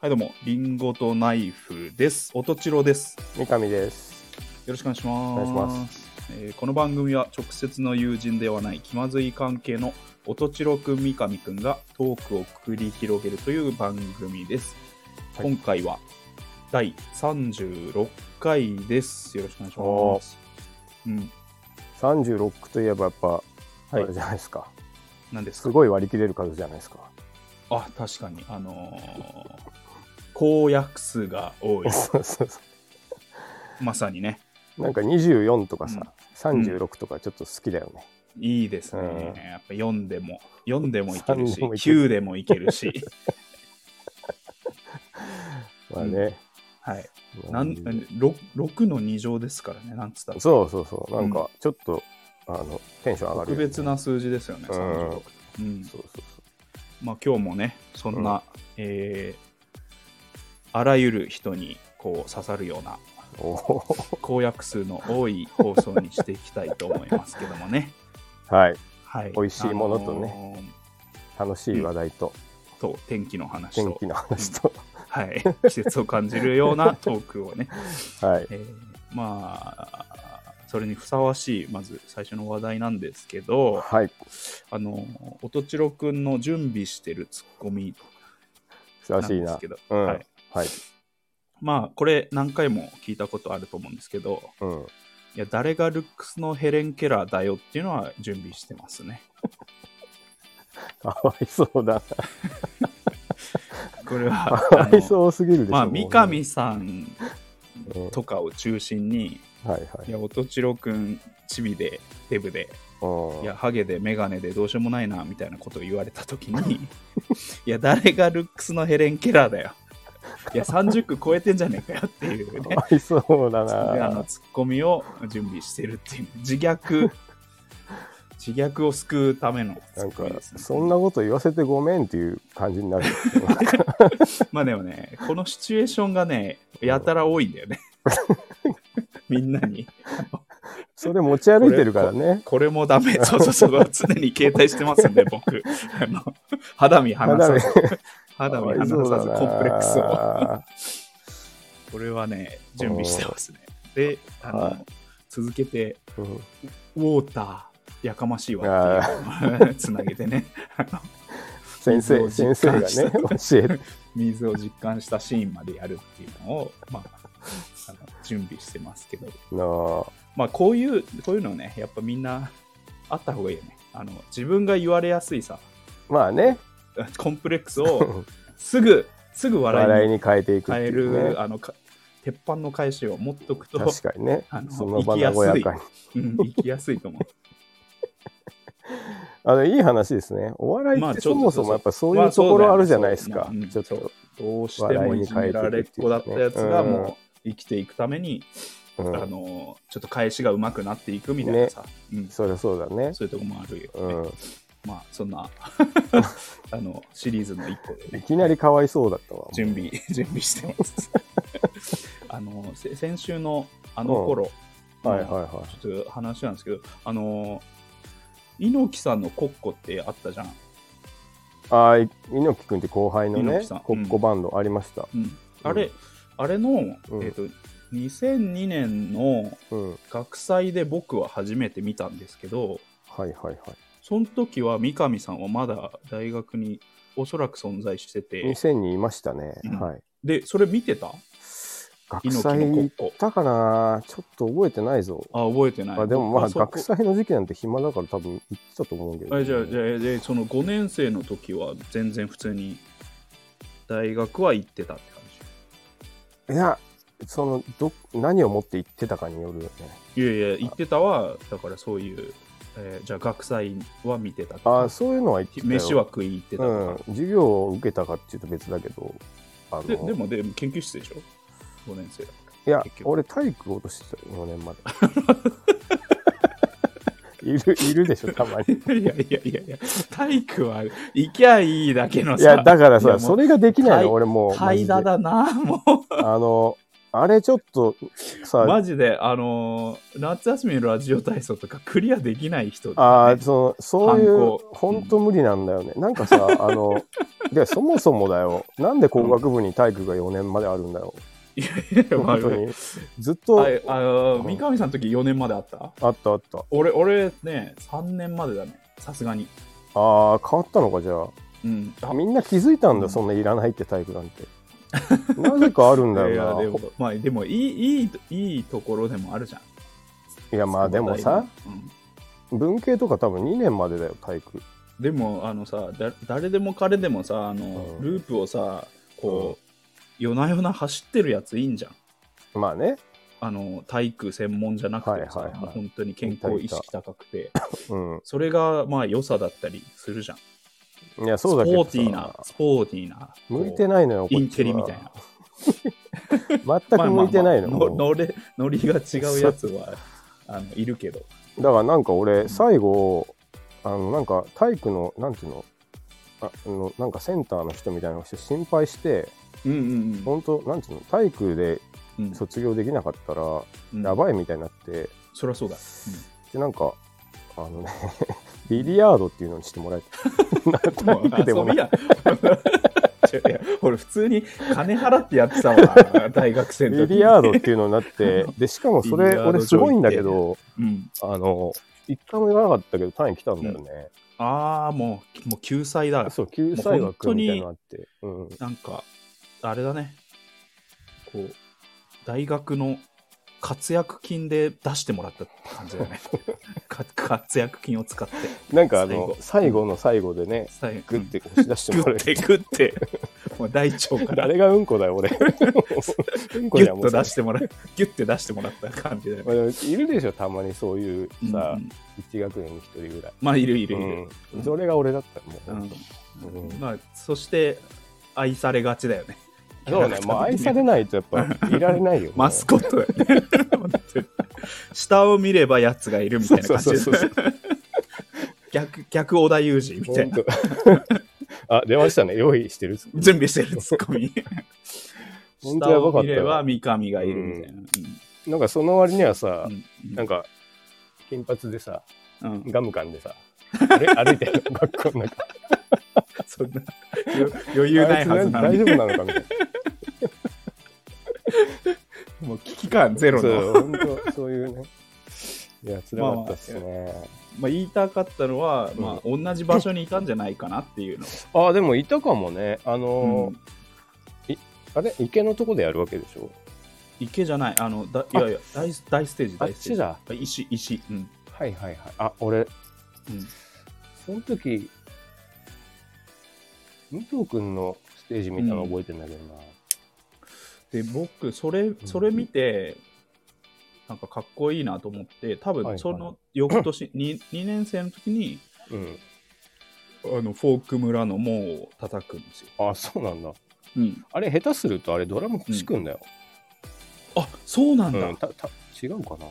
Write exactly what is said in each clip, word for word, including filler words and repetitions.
はいどうも、リンゴとナイフです。おとちろです。 三上です。 よろしくお願いします。 お願いします。 えーこの番組は直接の友人ではない気まずい関係のおとちろくん、三上くんがトークを繰り広げるという番組です。はい、今回はだいさんじゅうろっかいです。よろしくお願いします。うん、 さんじゅうろくといえばやっぱあれじゃないですか。はい、 何ですか？ すごい割り切れる数じゃないですか。 あ、確かにあのー、公約数が多い。そうそうそう。まさにね。 なんかにじゅうよんとかさ、うん、さんじゅうろくとかちょっと好きだよね。 うん、いいですね、うん。やっぱよんでもよんでもいけるし、きゅうでもいけるし。 まあね。 うん、はい。なん 6, ろくのに乗ですからね、なんつったら。 そうそうそう。なんかちょっと、うん、あのテンション上がる、ね。 特別な数字ですよね、さんじゅうろく。うん。うん、そうそうそう。まあ今日もね、そんな、うん、えー、あらゆる人にこう刺さるような公約数の多い放送にしていきたいと思いますけどもね。 はい。 はい。 美味しいものとね、あのー、楽しい話題と、 うん、と天気の話と、 天気の話と、うん、 はい、季節を感じるようなトークをね、 はい。 えー、まあそれにふさわしいまず最初の話題なんですけど、 はい、 あのおとちろくんの準備してるツッコミなんですけど、 うん、 はい、 はい、 まあこれ何回も聞いたことあると思うんですけど、うん、いや誰がルックスのヘレン・ケラーだよっていうのは準備してますね。 かわいそうだな。 これはかわいそうすぎるでしょ。 まあ三上さんとかを中心に、うん、はいはい、いやおとちろくんチビでデブで、いやハゲでメガネでどうしようもないなみたいなことを言われた時にいや誰がルックスのヘレン・ケラーだよ、いやさんじゅっく超えてんじゃねえかよっていうね、 かわいそうだな。 あのツッコミを準備してるっていう自虐自虐を救うためのツッコミです、ね、 なんかそんなこと言わせてごめんっていう感じになるまあでもね、このシチュエーションがねやたら多いんだよねみんなにそれ持ち歩いてるからね。 こ れ, これもダメ。そうそうそう。常に携帯してますんで、僕。あの肌身離さず、肌身離さずコンプレックスを。これはね、準備してますね。で、あの、はい、続けて、うん、ウォーター、やかましいわっていうのをつなげてね。 先生、先生がね、教える。 水を実感したシーンまでやるっていうのを、まあ、あの準備してますけど。 なまあこういうこういうのねやっぱみんなあった方がいいよね。あの自分が言われやすいさ、 まあね、 コンプレックスをすぐすぐ笑いに変えていくっていうね、 変えるあのか鉄板の返しを持っとくと確かにね、 あのその場和やかに、 うん、生きやすいと思う。 あのいい話ですね。お笑いってそもそもやっぱそういうところあるじゃないですか。ちょっとどうしてもいじめられっ子だったやつがもう生きていくために。うん、あのちょっと返しが上手くなっていくみたいなさ、 ね、うん、そりゃそうだね。 そういうとこもあるよね、うん、まあそんなあのシリーズの一個でね、 いきなりかわいそうだったわ。 準備準備してますあの先週のあの頃、 うん、はいはいはい、 ちょっと話なんですけど、あの猪木さんのコッコってあったじゃん。 あ、猪木くんって後輩のねコッコバンドありました、 うんうん、あれ、うん、あれの、うん、えーとにせんにねんの学祭で僕は初めて見たんですけど、 うん、はいはいはい、 その時は三上さんはまだ大学におそらく存在しててにせんにいましたね、うん、はい。 でそれ見てた？ 学祭行ったかな、ちょっと覚えてないぞ。 あ、覚えてない。 あ、でもまあ学祭の時期なんて暇だから多分行ってたと思うけど、ね、 あ、じゃあじゃあでそのごねん生の時は全然普通に大学は行ってたって感じ？いや、そのど何を持って言ってたかによるよね。 いやいや言ってたはだからそういう、えー、じゃあ学祭は見てたとか、あ、そういうのは言ってたよ。 飯は食いに行ってたとか、 うん、授業を受けたかっていうと別だけど、 あので, でもでも研究室でしょごねん生だから。 いや俺体育を落としてたよよねんまでいるいるでしょたまに。 いやいやいやいや、体育は行きゃいいだけのさ。 いやだからさ、それができないの俺もう。 怠惰だなもう。 あのあれちょっとさ、 マジで、あのー、夏休みのラジオ体操とかクリアできない人、ね、 ああ、そそういう、本当無理なんだよね。うん、なんかさ、あの、で、そもそもだよ。なんで工学部に体育がよねんまであるんだよ。 いやいや、本当に。ずっと。あ、あ三上さんの時よねんまであったあったあった。 俺、俺ね、さんねんまでだね。さすがに。 ああ、変わったのか、じゃあ。 うん。 みんな気づいたんだ、うん、そんないらないって体育なんて。なぜかあるんだよな。いやでも、まあ、でもいい、いい、いいところでもあるじゃん。 いや、まあでもさ、うん、文系とか多分にねんまでだよ、体育。 でも、あのさ、だ誰でも彼でもさ、あの、うん、ループをさ、こう、うん、夜な夜な走ってるやついいんじゃん。 まあね。 あの、体育専門じゃなくてさ、はいはいはい、本当に健康意識高くて、うん、それが、まあ、良さだったりするじゃん。 いや、そうだけどスポーティーな、スポーティーな。 向いてないのよ、 インテリみたいな。 全く向いてないの。 まあまあまあ、ノリノリが違うやつはあのいるけど。 だからなんか俺、最後、あの、なんか体育の、なんていうの、あのなんかセンターの人みたいな人心配して、 うんうんうん、 本当なんていうの、体育で卒業できなかったら、うん、やばいみたいになって、うん、 そりゃそうだ。うん、 で、なんか、あのね、ビリヤードっていうのにしてもらえて。体育でもない。 俺普通に金払ってやってたわ、大学生の時。 ビリヤードっていうのになって、で、しかもそれ、俺すごいんだけど、うん、あの、一回も言わなかったけど単位来たんだよね。 うん、ああ、もう、もう救済だ。 そう、救済枠みたいなのあって。 うん、なんか、あれだね。こう、大学の活躍金で出してもらったって感じだよね。活躍金を使って。 なんかあの、最後の最後でね、グッて押し出してもらえる。 グッてグッて。もう大腸から。 誰がうんこだよ、俺。 うんこじゃもう。ギュッと出してもらう。ギュッて出してもらった感じだよね。 いるでしょ、たまにそういうさ、一学年に一人ぐらい。 まあ、いるいるいる。 それが俺だったらもう。まあ、そして、愛されがちだよね。 そうね、もう愛されないとやっぱいられないよ、ね。 マスコットだよね。下を見ればやつがいるみたいな感じです。逆、逆織田裕二みたいな。 あ、出ましたね。用意してる。 準備してるツッコミ。下を見れば三上がいるみたいな。うんうん、なんかその割にはさ、うんうん、なんか金髪でさ、うん、ガム噛んでさ、歩いてる学校の中。 そんな余裕ないはずなのに。 大丈夫なのかみたいな。 もう危機感ゼロの。 そう、本当そういうね。いや、辛かったっすね。まあまあ、 まあ、言いたかったのは、うん、まあ、同じ場所にいたんじゃないかなっていうの。 ああ、でもいたかもね。あのーうん、いあれ池のとこでやるわけでしょ。 池じゃない。あの、だいやいや大、大ステージ、大ステージ。 あっちだ。 石、石。うん。 はいはいはい。あ、俺、うん、その時、武藤君のステージ見たの覚えてんだけどな。 うん、で、僕、それ、それ見て、なんかかっこいいなと思って、多分その翌年、はいはい、に, にねん生の時に、うん、あのフォーク村の門を叩くんですよ。 あ、そうなんだ。 うん、 あれ下手するとあれドラム欲しくんだよ。 うん、あ、そうなんだ。 うん、たた違うかな。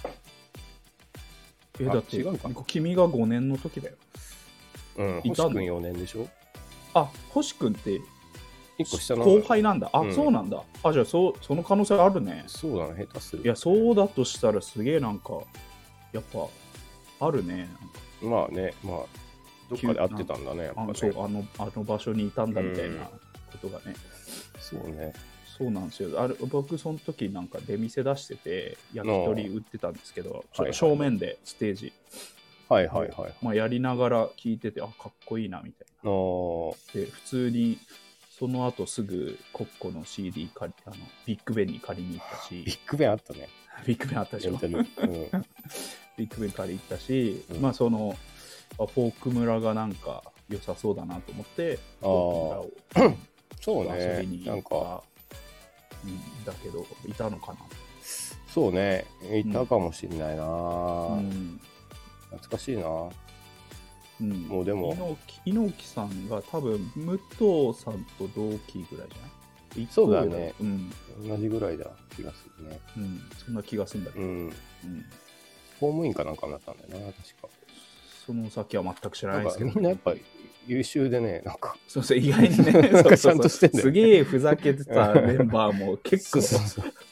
え、だって違うか君がごねんの時だよ。 うん、星君よねんでしょ。 あ、星君って一個下の後輩なんだ。あ、うん、そうなんだ。あ、じゃあそその可能性あるね。 そうだね、下手する。 いや、そうだとしたらすげえなんかやっぱあるね。 まあね、まあどっかで会ってたんだね。やっぱね、 あ、そう、あのあの場所にいたんだみたいなことがね。 うん、そうね。 そうなんですよ。あれ僕その時なんか出店出してて焼き鳥売ってたんですけど、はいはい、正面でステージ。 はいはいはい。 まあやりながら聞いてて、あ、かっこいいなみたいな。で普通に。その後すぐコッコの シーディー 借りあのビッグベンに借りに行ったし、 ビッグベンあったね。 ビッグベンあったでしょ。うん、ビッグベン借り行ったし、うん、まあそのフォーク村がなんか良さそうだなと思ってフォーク村をそうね、 遊びに行ったんだけどいたのかな。 そうね、いたかもしれないな、うん、懐かしいな。うん、もうでも猪木さんが多分武藤さんと同期ぐらいじゃない？ そうだね、うん、同じぐらいだ気がするね、 うん、そんな気がするんだけど、うんうん、 公務員かなんかになったんだよな確か。 その先は全く知らないですけど、 みんなやっぱ優秀でね、なんかそうそう意外にねなんかちゃんとしてんだよね。 すげえふざけてたメンバーも結構そうそうそう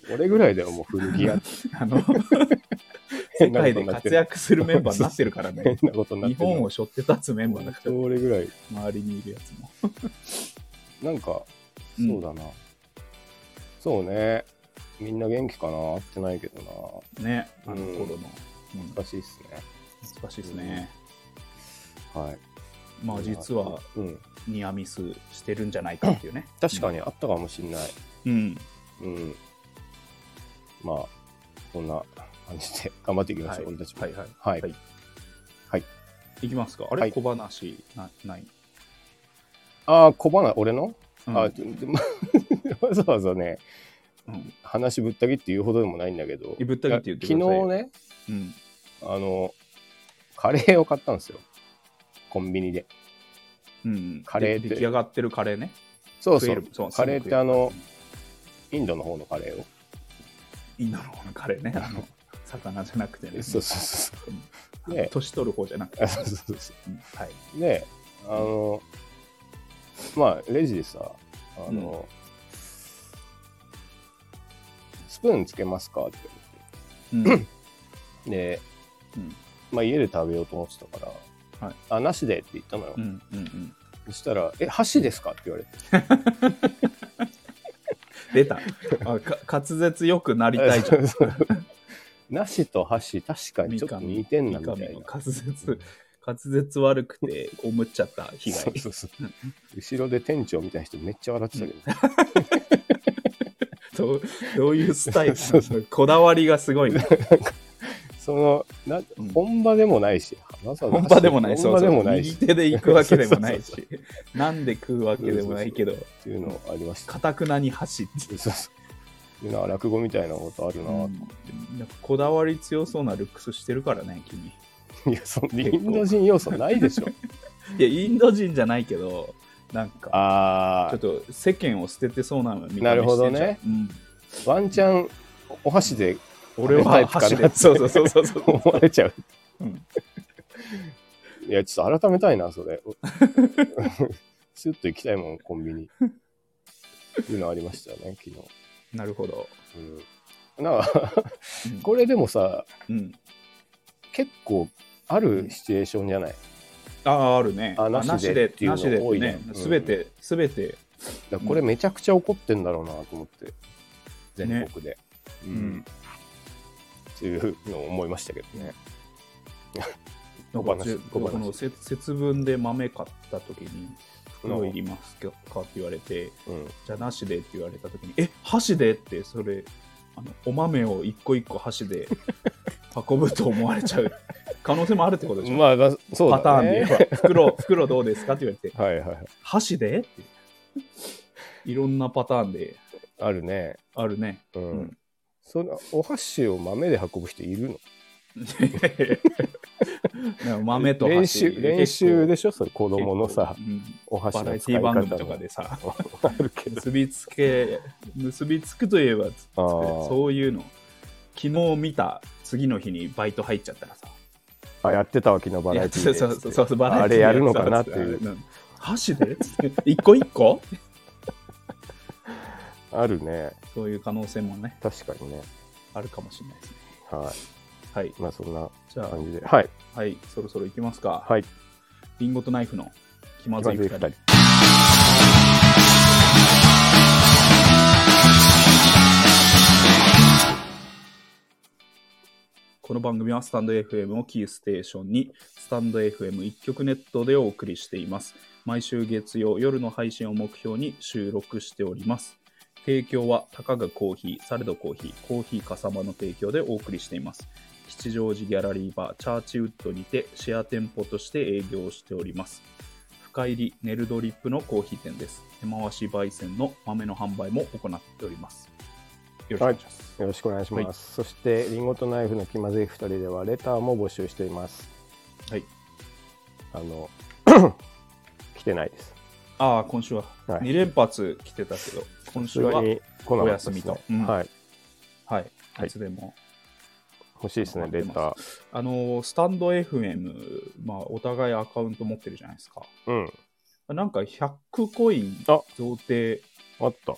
俺ぐらいではもう古着屋あの世界で活躍するメンバーになってるからね。 変なことになってる。 日本を背負って立つメンバーだから。 俺ぐらい。 周りにいるやつも。 なんか、そうだな。うん、そうね。みんな元気かな、会ってないけどな。ね、あの頃の。 うん、難しいっすね。 難しいっすね。 うん、はい。 まあ実は、うん、ニアミスしてるんじゃないかっていうね。 確かにあったかもしれない。 うん。 うん。まあ、こんな感じで頑張っていきましょう、 はい、 俺たちも。 はいはい。 はい。はい。はい、 いきますか。あれ、はい、小話なない。 ああ、小話、俺の、 うん、 あわざわざね、 うん、 話ぶった切って言うほどでもないんだけど、 ぶった切って言ってください。 昨日ね、 うん、 あの、カレーを買ったんですよ。コンビニで。 うん、 カレーって。 出来上がってるカレーね。 そうそう。そうカレーってあの、インドの方のカレーを。 インドの方のカレーね。あの、魚じゃなくてね。 そうそうそう。で、 年取る方じゃなくて。 そうそうそう。 うん、はい。 で、あの、まあ、レジでさ、あの、うん、スプーンつけますかって言われて。うん、で、うん、まあ、家で食べようと思ってたから、はい、あ、なしでって言ったのよ。 うんうんうん、 そしたら、え、箸ですかって言われて。 出た。あか滑舌よくなりたいじゃん。 なしと箸、確かにちょっと似てんなみたいな。 滑舌、滑舌悪くて、こうむっちゃった被害。 そうそうそう。後ろで店長みたいな人めっちゃ笑ってたけど。 どうどういうスタイルそうそうこだわりがすごいね。 そのな、うん、本場でもないし、 本場でもないし、 本場でもないし、 右手で行くわけでもないし、なんで食うわけでもないけど、 っていうのありました。 かたくなに箸って。 そうそう。いうのは落語みたいなことあるなと思って、 うん、なんかこだわり強そうなルックスしてるからね、君。 いや、そのインド人要素ないでしょ。 いや、インド人じゃないけど、なんか、 あちょっと世間を捨ててそうなの見た目してんじゃん。 なるほどね。うん、ワンチャンお箸で。 俺は箸でそうそうそうそう思われちゃう、うん、いやちょっと改めたいなそれスッと行きたいもんコンビニいうのありましたね昨日。 なるほど、 うん、なんかこれでもさ、 うん、 結構あるシチュエーションじゃない、 うん、あああるね。 あなしでっていうの多いね。すべてすべてだこれめちゃくちゃ怒ってんだろうなと思って全国で、ね、うん、うんっていうのを思いましたけどね。 なんかこの節分で豆買った時に袋いりますかって言われて、うん、じゃあなしでって言われた時にえ箸でってそれあのお豆を一個一個箸で運ぶと思われちゃう可能性もあるってことでしょ。 まあそうだね。 パターンで言えば袋袋どうですかって言われてはいはい、はい、 箸でっていろんなパターンであるねあるね。 うん。うんそのお箸を豆で運ぶ人いるの豆と箸練習練習でしょそれ子供のさ、うん、お箸の使い方バラエティ番組とかでさあるけど結びつけ結びつくといえばつそういうの昨日見た次の日にバイト入っちゃったらさあやってたわけのバラエティでそうそうそうそうバラエティあれやるのかなっていう箸で一個一個あるね。 そういう可能性もね。 確かにね。 あるかもしれないですね。 はい。 はい。 まあそんな感じで。 はい。はい。そろそろ行きますか。 はい。 リンゴとナイフの気まずいふたり。この番組はスタンド エフエム をキーステーションにスタンド エフエム 一曲ネットでお送りしています。毎週月曜夜の配信を目標に収録しております。提供はたかがコーヒー、サレドコーヒー、コーヒーかさまの提供でお送りしています。吉祥寺ギャラリーバーチャーチウッドにてシェア店舗として営業しております。深入りネルドリップのコーヒー店です。手回し焙煎の豆の販売も行っております。よろしくお願いします。 はい、よろしくお願いします。はい、そしてリンゴとナイフの気まずいふたりではレターも募集しています。 はい。 あの来てないです。 ああ今週はに連発来てたけど、はい、今週はお休みと、うん、 はいはい、いつでも欲しいですねレター。 あのスタンド エフエム、まあお互いアカウント持ってるじゃないですか。 うん。 なんかひゃくコイン贈呈あった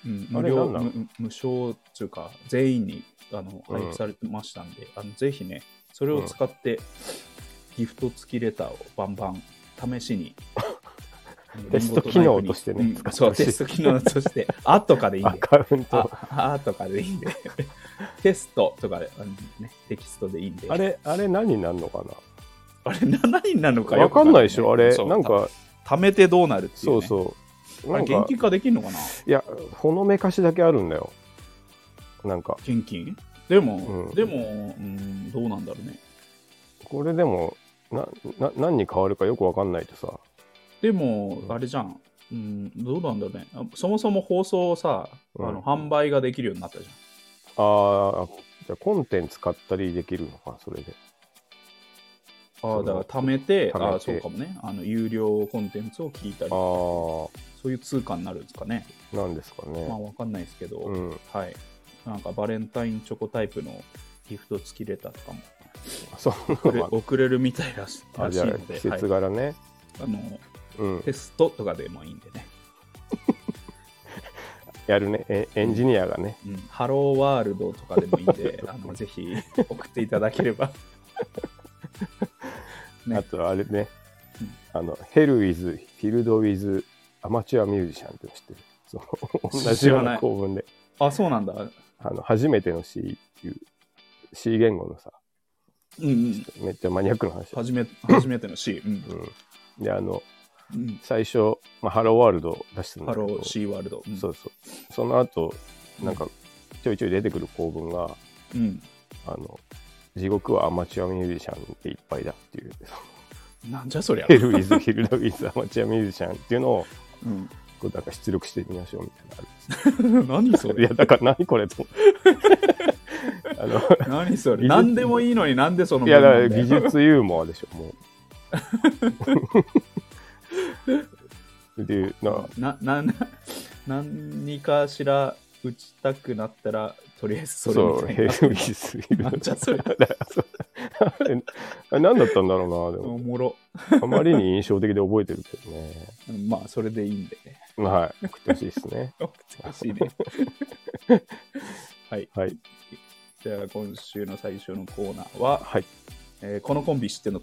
うん、無料無、無償っていうか、全員にあの配布されてましたんで、うん、あのぜひね、それを使って、うん、ギフト付きレターをバンバン試しに。 テスト機能としてね、 うん、使ってそう、テスト機能として、あとかでいいんで。 アカウント。 あ、あとかでいいんで。テストとかで、ね、テキストでいいんで。 あれ、あれ何になるのかなあれ、何になるのかわかんないでしょあれ、なんか。 貯めてどうなるっていう、ね。 そうそう。 あれ、現金化できるのかな。 いや、ほのめかしだけあるんだよ。なんか。 現金でも、うん、でも、うん、どうなんだろうね。 これでも、な、な、何に変わるかよくわかんないとさ。 でも、あれじゃん。うん、どうなんだろうね。そもそも放送をさ、うん、あの販売ができるようになったじゃん。 ああ、じゃあコンテンツ買ったりできるのか、それで。 ああ、だから貯めて、ああ、そうかもね。あの、有料コンテンツを聞いたりとか、そういう通貨になるんですかね。 なんですかね。 まあ、わかんないですけど、 うん、 はい。なんか、バレンタインチョコタイプのギフト付きレターとかもそう送れ、送れるみたいらしいので、あ、 季節柄ね。 はい、あの、 うん、 テストとかでもいいんでね。 やるねエ、エンジニアがね、 うんうん、ハローワールドとかでもいいんで、あのぜひ送っていただければ。 ね、あとあれね、うん、あのヘルウィズ、フィルドウィズ、アマチュアミュージシャンって知ってる？そう同じような構文で。 あ、そうなんだ。 あの初めての C っていう C 言語のさ、 うんうん、 めっちゃマニアックな話。 初め初めての C。うんうん、で、あの、 うん、 最初、まあ、ハローワールド出してるんだけど、 ハロー C ワールド、うん、 そうそう。その後、なんかちょいちょい出てくる構文が、 うん、 あの地獄はアマチュアミュージシャンでいっぱいだっていう。 なんじゃそりゃ。 ヘルウィズ・ヒルドウィズ・アマチュアミュージシャンっていうのを、 うん、 こうなんか出力してみましょうみたいなのあるんです何それ。 いやだから何これとあの何それ。何でもいいのになんでその。 いやだから技術ユーモアでしょもう。でなななな何かしら打ちたくなったらとりあえずそれみたいな。 そうヘルウィズ・ヒルドウィズ。 じゃそれ。 あれ何だったんだろうな。でもおもろ。 あまりに印象的で覚えてるけどね。 まあそれでいいんでね。 はい。送ってほしいですね。 送ってほしいね。はい。 はい。 じゃあ今週の最初のコーナーは、 はい。 えー、このコンビ知ってんの？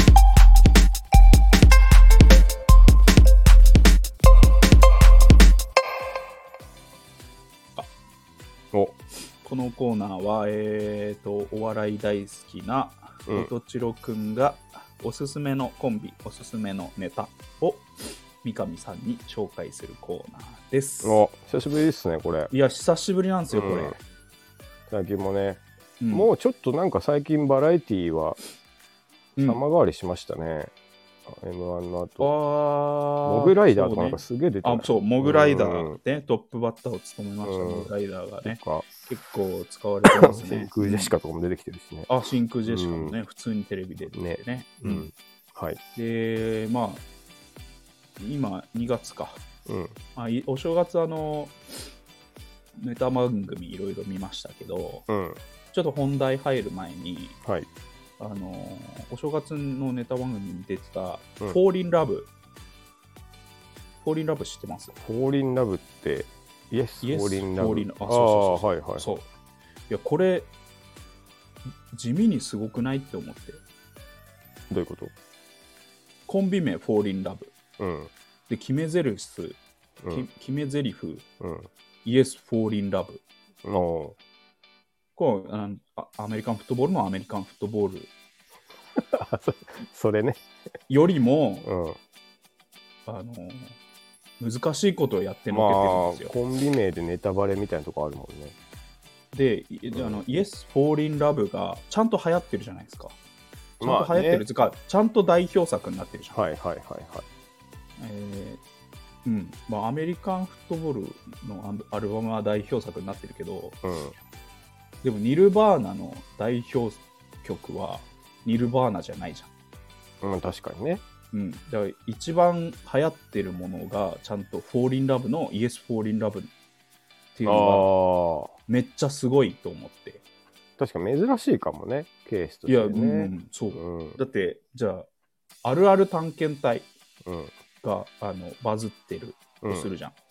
おこのコーナーは、えー、とお笑い大好きな音千代くんがおすすめのコンビ、おすすめのネタを三上さんに紹介するコーナーです。 お久しぶりですねこれ。 いや久しぶりなんですよこれ、うん、 最近もね、うん、もうちょっとなんか最近バラエティーは様変わりしましたね、うん、エムワン の後モグライダーとかなんかすげえ出てる、 ね、あそうモグライダーね、うん、トップバッターを務めました、うん、モグライダーがね結構使われてますね。 真空ジェシカとかも出てきてるしね。 あ真空ジェシカもね、うん、普通にテレビで出ててね、 ね、うん、はい。 でまあ今にがつか、 うん、 まあ、お正月あのネタ番組いろいろ見ましたけど、 うん、 ちょっと本題入る前に、 はい、 あのお正月のネタ番組に出てた「フォーリンラブ」フォーリンラブ知ってます？ フォーリンラブってイエス・フォーリンラブ。 あ、そうそうそう。 はいはい。 そう。いや、これ、地味にすごくないって思って。 どういうこと？ コンビ名、フォーリンラブ。 うん。 で、決め台詞、うん、決め台詞、 うん、 イエス・フォーリンラブ。 おこうあ、アメリカンフットボールのアメリカンフットボール。 そ, それね。 よりも、 うん、 あの、難しいことをやってのけてるんですよ、 まあ、コンビ名でネタバレみたいなとこあるもんね。 で、うん、あのイエス・フォーリン・ラブがちゃんと流行ってるじゃないですか。ちゃんと流行ってるっていうか、まあね、ちゃんと代表作になってるじゃん。 はいはいはいはい。 えーうんまあ、アメリカンフットボールのアルバムは代表作になってるけど、 うん、 でもニルバーナの代表曲はニルバーナじゃないじゃん。うん、確かにね。 うん、だから一番流行ってるものがちゃんとフォーリンラブのイエス・フォーリンラブっていうのがめっちゃすごいと思って。 確か珍しいかもね、ケースとしてね。いや、うん、 そう、うん、だってじゃああるある探検隊が、 うん、あのバズってるとするじゃん、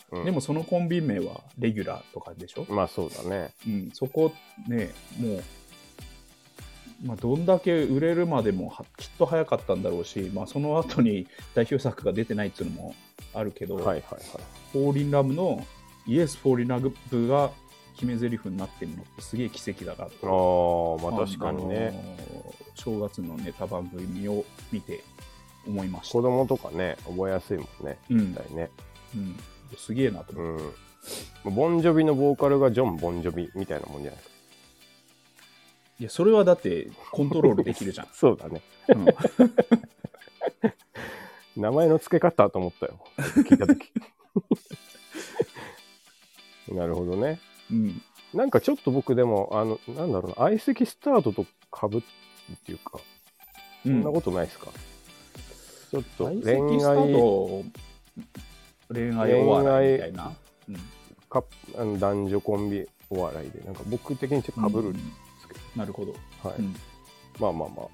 うん、 でもそのコンビ名はレギュラーとかでしょ。 まあそうだね。 うん、そこね、もう、まあ、どんだけ売れるまでもきっと早かったんだろうし、まあ、その後に代表作が出てないっていうのもあるけど、 はいはいはい。 フォーリンラブのイエス・フォーリンラブが決め台詞になってるのってすげえ奇跡だなと。 ああ、まあ確かにね、 あのー、正月のネタ番組を見て思いました。 子供とかね、覚えやすいもんね。 うん、 絶対ね。 うん、すげえなと思って。 うん。ボンジョビのボーカルがジョン・ボンジョビみたいなもんじゃないですか。 いや、それはだってコントロールできるじゃん。 そうだね。 うん、 名前の付け方と思ったよ。聞いたとき。なるほどね。 うん。 なんかちょっと僕でも、あの、なんだろうな、相席スタートと被るっていうか、そんなことないですか、うん、ちょっと恋愛。 相席スタート、恋愛お笑いみたいな。うん、 かあの男女コンビお笑いで、なんか僕的にちょっと被るんですけど。 うん、なるほど。 はい。 うん、 まあまあまあ。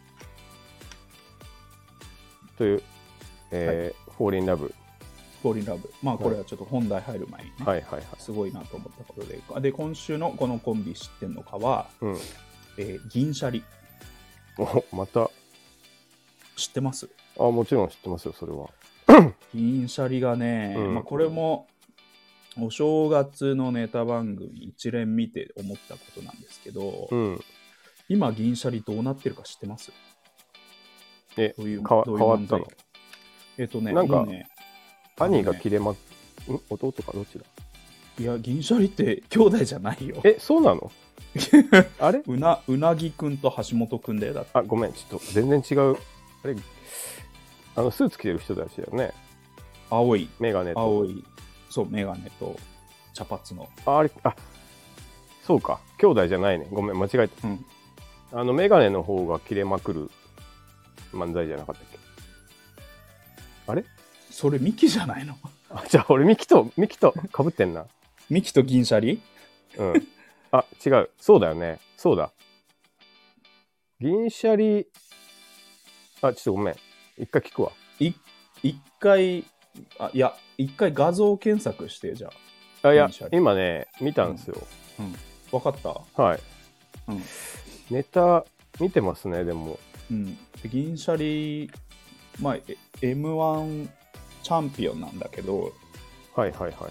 という、えーはい、フォーリンラブ。 フォーリンラブ。まあこれはちょっと本題入る前にね、 はいはいはい、 すごいなと思ったことで、で今週のこのコンビ知ってんのかは、 うん、 えー、銀シャリ。 お、また知ってます？ あ、もちろん知ってますよ、それは。 銀シャリがね、うん、まあ、これもお正月のネタ番組一連見て思ったことなんですけど、 うん、 今銀シャリどうなってるか知ってます？ え、 どういうかわどういう変わったの？ えっとね、 なんか、 ね、 兄が切れま、ん弟かどっちだ？ いや、銀シャリって兄弟じゃないよ。 え、そうなの？あれうな、うなぎくんと橋本くんだよ。だって。 あ、ごめん、ちょっと全然違う。あれ、あの、スーツ着てる人たちだよね。 青い。 メガネと。 青い。そう、メガネと茶髪の。 あ、あれ、あ、そうか。兄弟じゃないね。ごめん、間違えた。 うん。 あの、メガネの方が切れまくる漫才じゃなかったっけ？あれ？ それミキじゃないの？ あ、じゃあ俺ミキと、ミキと被ってんな。 ミキと銀シャリ？ うん。あ、違う。そうだよね。そうだ。銀シャリ、あ、ちょっとごめん。一回聞くわ。 い、一回、あ、いや、一回画像検索して、じゃあ。あ、いや、今ね、見たんですよ。 うん。うん、分かった？ はい。 うん。 ネタ、見てますね、でも。 うん。で銀シャリ、まあ、エムワン チャンピオンなんだけど、 はいはいはいはい。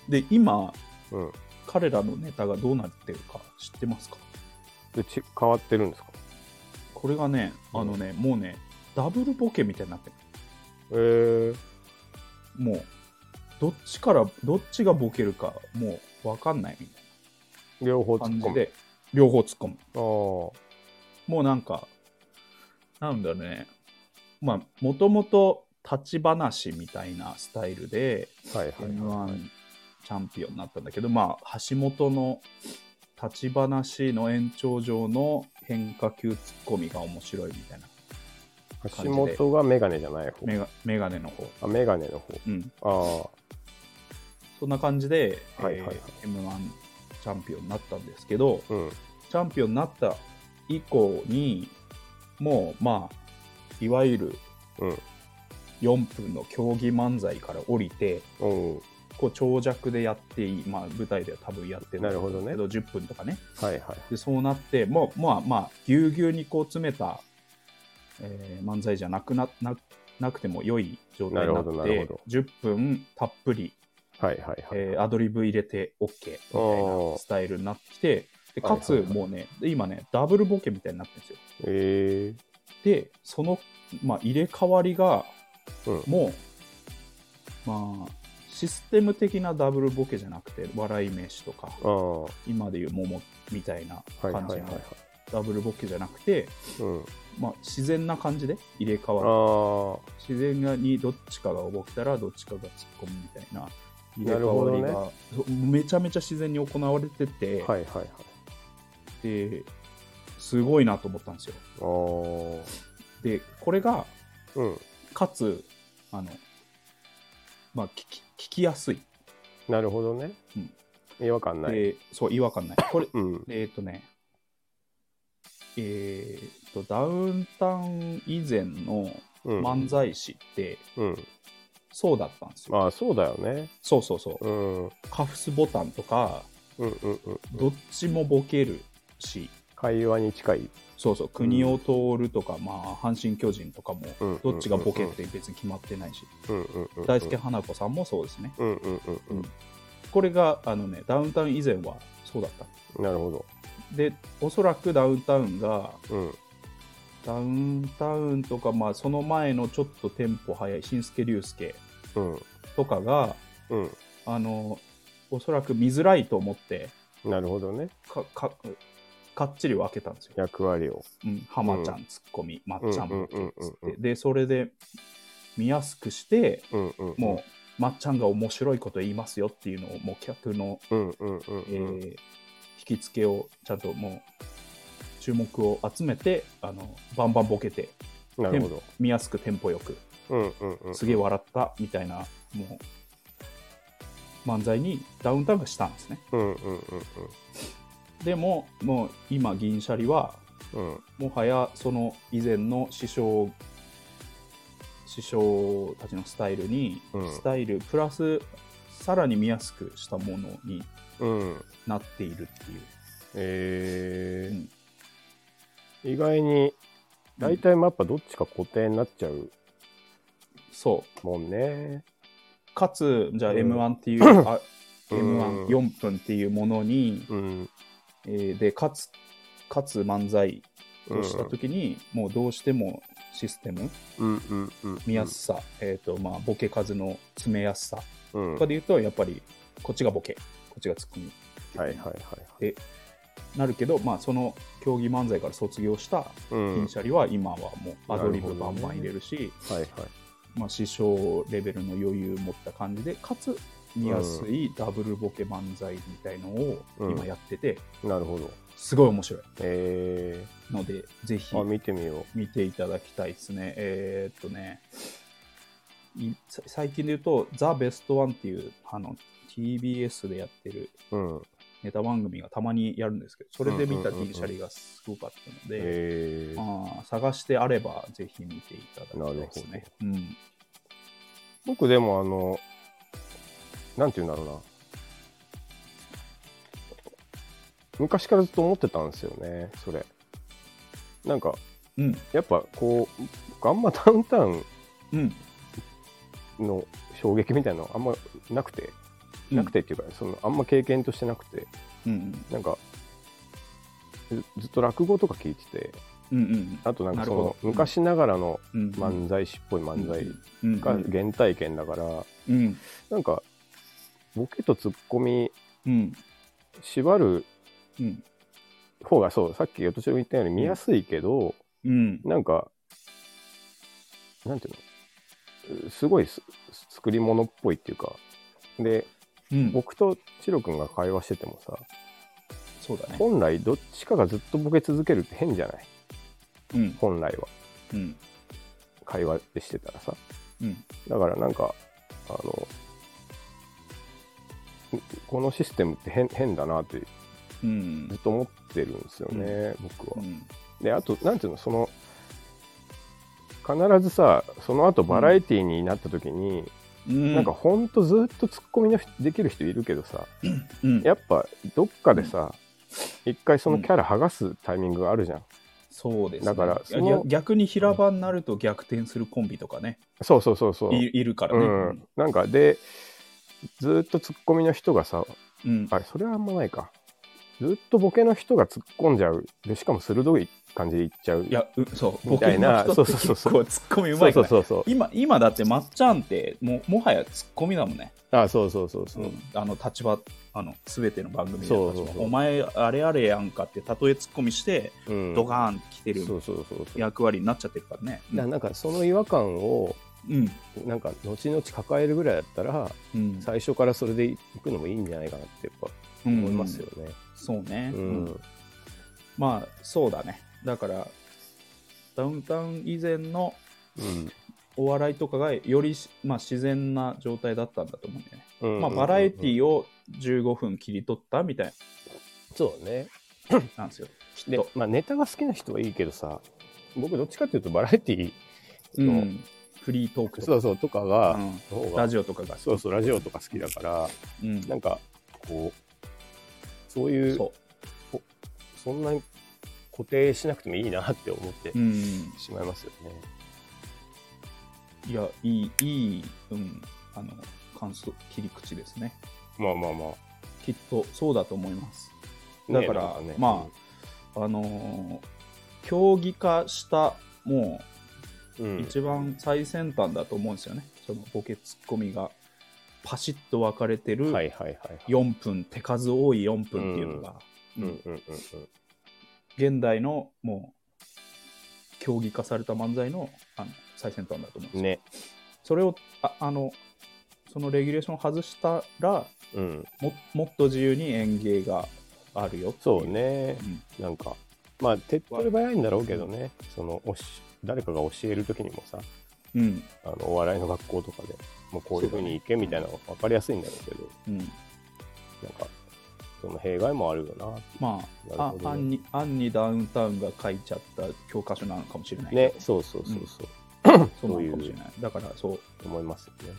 で、今、 うん、 彼らのネタがどうなってるか知ってますか？ でち変わってるんですか？ これがね、あのね、うん、もうね、ダブルボケみたいになってる。 えー、もう、どっちから、どっちがボケるか、もう分かんないみたいな。両方突っ込む。 で、両方突っ込む。 ああ。 もうなんか、なんだろうね、まあ、もともと立ち話みたいなスタイルで、 はいはいはい、 エムワン チャンピオンになったんだけど、まあ、橋本の立ち話の延長上の変化球ツッコミが面白いみたいな橋本がメガネじゃない方。 メガ、メガネの方。 あ、メガネの方。 うん。 ああ。 そんな感じで、 はいはいはい、 えー、エムワン チャンピオンになったんですけど、 うん、 チャンピオンになった以降に、もう、まあ、いわゆるよんぷんの競技漫才から降りて、 うん、 こう長尺でやっていい、まあ、舞台では多分やってるんだけど、 なるほどね、 じゅっぷんとかね、 はいはい、 でそうなってもうまあまあぎゅうぎゅうにこう詰めた、えー、漫才じゃなく な, な, なくても良い状態になってじゅっぷんたっぷり、 はいはいはい、 えー、アドリブ入れて OK みたいなスタイルになってきて、でかつもうね、今ねダブルボケみたいになってるんですよ。 えー、でその、まあ、入れ替わりが、うん、もうまあシステム的なダブルボケじゃなくて笑い飯とか今でいう桃みたいな感じのダブルボケじゃなくて、まあ、自然な感じで入れ替わる、自然にどっちかがボケたらどっちかが突っ込むみたいな入れ替わりが、ね、めちゃめちゃ自然に行われてて、 はいはいはい、 ですごいなと思ったんですよ。でこれが、うん、かつあのまあ、聞き、聞きやすい。 なるほどね。うん、違和感ない。 でそう、違和感ない。これ、うん、えっ、ー、とね、えっ、ー、と、ダウンタウン以前の漫才師って、うんうん、 そうだったんですよ。 まあそうだよね。 そうそうそう。 うん。 カフスボタンとか、 うんうんうん。 どっちもボケるし、 会話に近い。 そうそう、国を通るとか、まあ、阪神・巨人とかもうん、 どっちがボケって別に決まってないし、 うんうんうん。 大輔花子さんもそうですね。 うんうんうんうん。 これが、あのね、ダウンタウン以前はそうだった。 なるほど。 で、おそらくダウンタウンが、 うん。 ダウンタウンとか、まあ、その前のちょっとテンポ速い、新助竜介うん。 とかが、 うん。 あの、おそらく見づらいと思って、 なるほどね。 か、か、かっちり分けたんですよ。 役割を。 うん、浜ちゃんツッコミ、まっちゃんボケっつって。 うんうんうんうんで、それで見やすくして、 うんうんうん、 もう、まっちゃんが面白いこと言いますよっていうのを、もう客の、 うんうんうんうん、 えー、引き付けを、ちゃんともう、注目を集めて、あの、バンバンボケて、 なるほど。 見やすくテンポよく、 うんうんうん、 すげえ笑ったみたいな、もう、漫才にダウンタウンがしたんですね。 うんうんうんうん、 でも、もう今、銀シャリは、うん、もはやその以前の師匠、師匠たちのスタイルに、うん、スタイルプラス、さらに見やすくしたものになっているっていう。 えーうん、意外に、大体やっぱどっちか固定になっちゃう、 そうもんね。 かつ、じゃあ エムワン っていう、うん、あ エムワンよん 分っていうものに、うんえー、でかつかつ漫才をしたときに、うん、もうどうしてもシステム、うんうんうん、見やすさ、えーとまあ、ボケ数の詰めやすさとかで言うと、やっぱりこっちがボケ、こっちがツッコミ、 はいはいはい、 でなるけど、まあ、その競技漫才から卒業した銀シャリは今はもうアドリブバンバン入れるし、 ねはいはいまあ、師匠レベルの余裕を持った感じで、かつ見やすいダブルボケ漫才みたいのを今やってて、 うん、なるほど、 すごい面白い、 えー、 のでぜひ見てみよう見ていただきたいですね。えー、っとね最近で言うとザ・ベストワンっていうあの ティービーエス でやってるネタ番組がたまにやるんですけど、それで見た銀シャリがすごかったので、 えー、 あ探してあればぜひ見ていただきたいですね。うん、 僕でもあのなんていうんだろうな、昔からずっと思ってたんですよね、それ。なんか、うん、やっぱこうガンマダウンタウンの衝撃みたいなのあんまなくて、うん、なくてっていうか、そのあんま経験としてなくて、うんうん、なんかず, ずっと落語とか聞いてて、うんうん、あとなんかその昔ながらの漫才師っぽい漫才が原体験だから、うん、なんかボケとツッコミ、うん、縛る方が、そうさっきよとしろ言ったように見やすいけど、うん、なんかなんていうの、すごい作り物っぽいっていうかで、うん、僕とチロ君が会話しててもさ、 そうだね、 本来どっちかがずっとボケ続けるって変じゃない、うん、本来は、うん、会話でしてたらさ、うん、だからなんかあのこのシステムって 変, 変だなってずっと思ってるんですよね、うん、僕は、うん、であとなんていうの、その必ずさ、その後バラエティーになった時に、うん、なんかほんとずっとツッコミのできる人いるけどさ、うん、やっぱどっかでさ、うん、一回そのキャラ剥がすタイミングがあるじゃん、うん、 そうですね、 だからその逆に平場になると逆転するコンビとかね、 そうそうそうそうい, いるからね、うん、 なんかでずっとツッコミの人がさ、うん、あれそれはあんまないか、ずっとボケの人が突っ込んじゃうで、しかも鋭い感じでいっちゃう、 いや、うそうみたいな、 ボケの人って結構ツッコミうまいから、 そうそうそうそう、 今今だってまっちゃんってももはやツッコミだもんね。 あ、そうそうそうそう、うん、 あの立場、あの全ての番組でそうそうそう、お前あれあれやんかって例えツッコミして、うん、ドカーンってきてる役割になっちゃってるからね。 だからなんかその違和感を、うん、なんか後々抱えるぐらいだったら、うん、最初からそれでいくのもいいんじゃないかなってやっぱ思いますよね、うんうん、 そうね、うんうん、まあそうだね、だからダウンタウン以前のお笑いとかがより、まあ、自然な状態だったんだと思うんだよね、うんうんうんうん、まあ、バラエティをじゅうごふん切り取ったみたいな、 そうねなんですよで、まあ、ネタが好きな人はいいけどさ、僕どっちかっていうとバラエティのフリートークとかそうそうとかが、 うん、ラジオとかがそうそうラジオとか好きだから、うん、なんかこうそういうそ, そんなに固定しなくてもいいなって思ってしまいますよね。 うん、いやいいいい、うん、あの感想切り口ですね。 まあまあまあきっとそうだと思います。だから、ねね、まあ、うん、あのー、競技化したもう、うん、一番最先端だと思うんですよね。そのボケツッコミがパシッと分かれてるよんぷん、手数多いよんぷんっていうのが、現代のもう競技化された漫才 の, あの最先端だと思うんですよ、ね、それを あ, あのそのレギュレーションを外したら、うん、も, もっと自由に演芸があるよ。 そうね、うん、なんかまあ手っ取り早いんだろうけどね、そのおし誰かが教える時にもさ、うん、あのお笑いの学校とかでもうこういう風に行けみたいなのが分かりやすいんだろうけど、うん、なんかその弊害もあるよな。 まあ、ね、あアンにアンにダウンタウンが書いちゃった教科書なのかもしれないね。そうそうそうそう、 うん、そうなのかもしれない。だからそう思いますよね。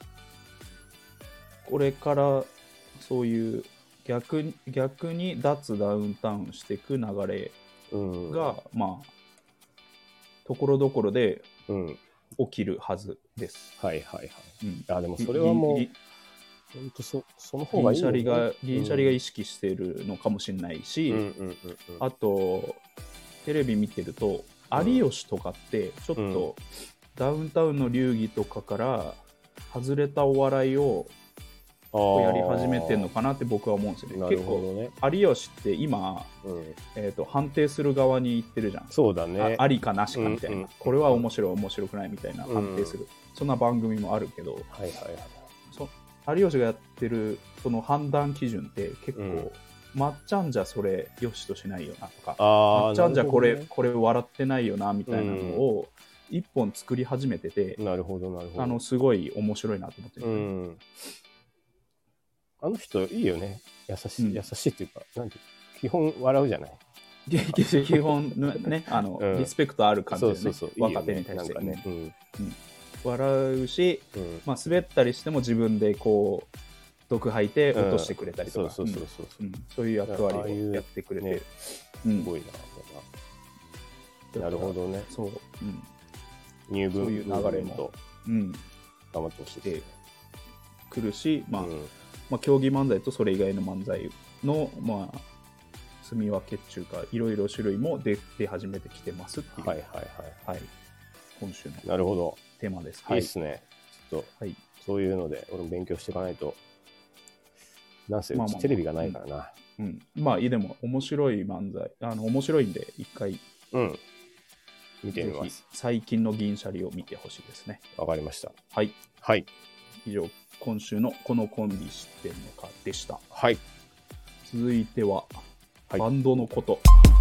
これからそういう逆に逆に脱ダウンタウンしていく流れが、うん、まあところどころで起きるはずです。 うん、はいはいはい。うん、あでもそれはもう本当 そ, その方がいいよね。 銀シャリが銀シャリが意識しているのかもしれないし、うんうんうんうん、あとテレビ見てると、うん、有吉とかってちょっと、うん、ダウンタウンの流儀とかから外れたお笑いをやり始めてるのかなって僕は思うんですよね。結構有吉って今、うん、えーと、判定する側に行ってるじゃん。 そうだね。 ありかなしかみたいな、うんうん、これは面白い面白くないみたいな判定する、うん、そんな番組もあるけど、はいはいはい、そ有吉がやってるその判断基準って結構、うん、まっちゃんじゃそれよしとしないよなとか、まっちゃんじゃこれ、ね、これ笑ってないよなみたいなのを一本作り始めてて、 なるほどなるほど、 あのすごい面白いなと思ってる、うん、 あの人いいよね。優しい、うん、優しいっていうか、なんて基本笑うじゃない。 基本ね、あの、うん、リスペクトある感じでね、そうそうそう、若手に対してね、うんうん、笑うし、うんまあ、滑ったりしても自分でこう毒吐いて落としてくれたりとか、そういう役割をやってくれて、ねうん、すごいな。なるほどね。そう、うん、 入部そういう流れも、うん、 頑張ってほしいですね。 くるし、まあ、うんまあ、競技漫才とそれ以外の漫才の、まあ、住み分けっていうかいろいろ種類も出出始めてきてますっていう、はいはいはいはい、今週のなるほどテーマです。 いいですね。ちょっと、はい、そういうので俺も勉強していかないと。なんせうちテレビがないからな。まあまあうん、うん、まあいいでも面白い漫才あの面白いんで一回、うん、 見てみます。 最近の銀シャリを見てほしいですね。 わかりました。 はいはい。 以上今週のこのコンビ知ってんのかでした。 はい。 続いては、はい、バンドのこと。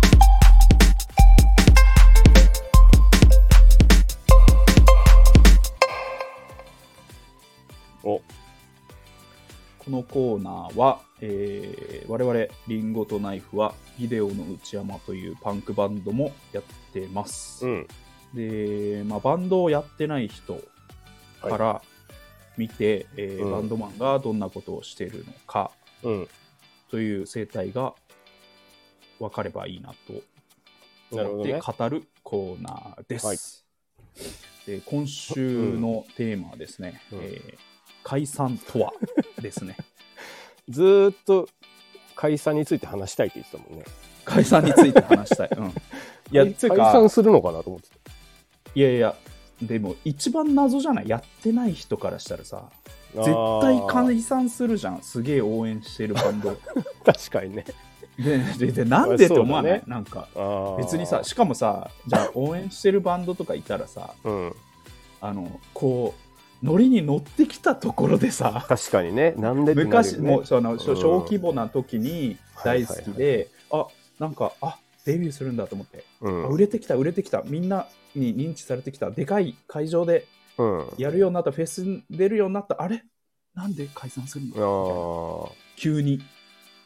おこのコーナーは、えー、我々リンゴとナイフはビデオの内山というパンクバンドもやってます。うん、で、まあ、バンドをやってない人から見て、はいえーうん、バンドマンがどんなことをしているのか、うん、という生態が分かればいいなと思って語るコーナーです。はい、で今週のテーマはですね、うんえー、解散とはですね。 ずーっと解散について話したいって言ってたもんね。 解散について話したい。うん、いや解散するのかなと思ってた。 いやいやでも一番謎じゃない？やってない人からしたらさ絶対解散するじゃん。すげえ応援してるバンド。 確かにね。 で, で, でなんでって思わない、ね、なんか別にさしかもさじゃあ応援してるバンドとかいたらさ、うん、あのこうノリに乗ってきたところでさ確かにねなんでってなるよね。 昔もその、うん、小規模な時に大好きで、はいはいはい、あなんかあデビューするんだと思って、うん、売れてきた売れてきたみんなに認知されてきたでかい会場でやるようになった、うん、フェス出るようになったあれなんで解散するの急に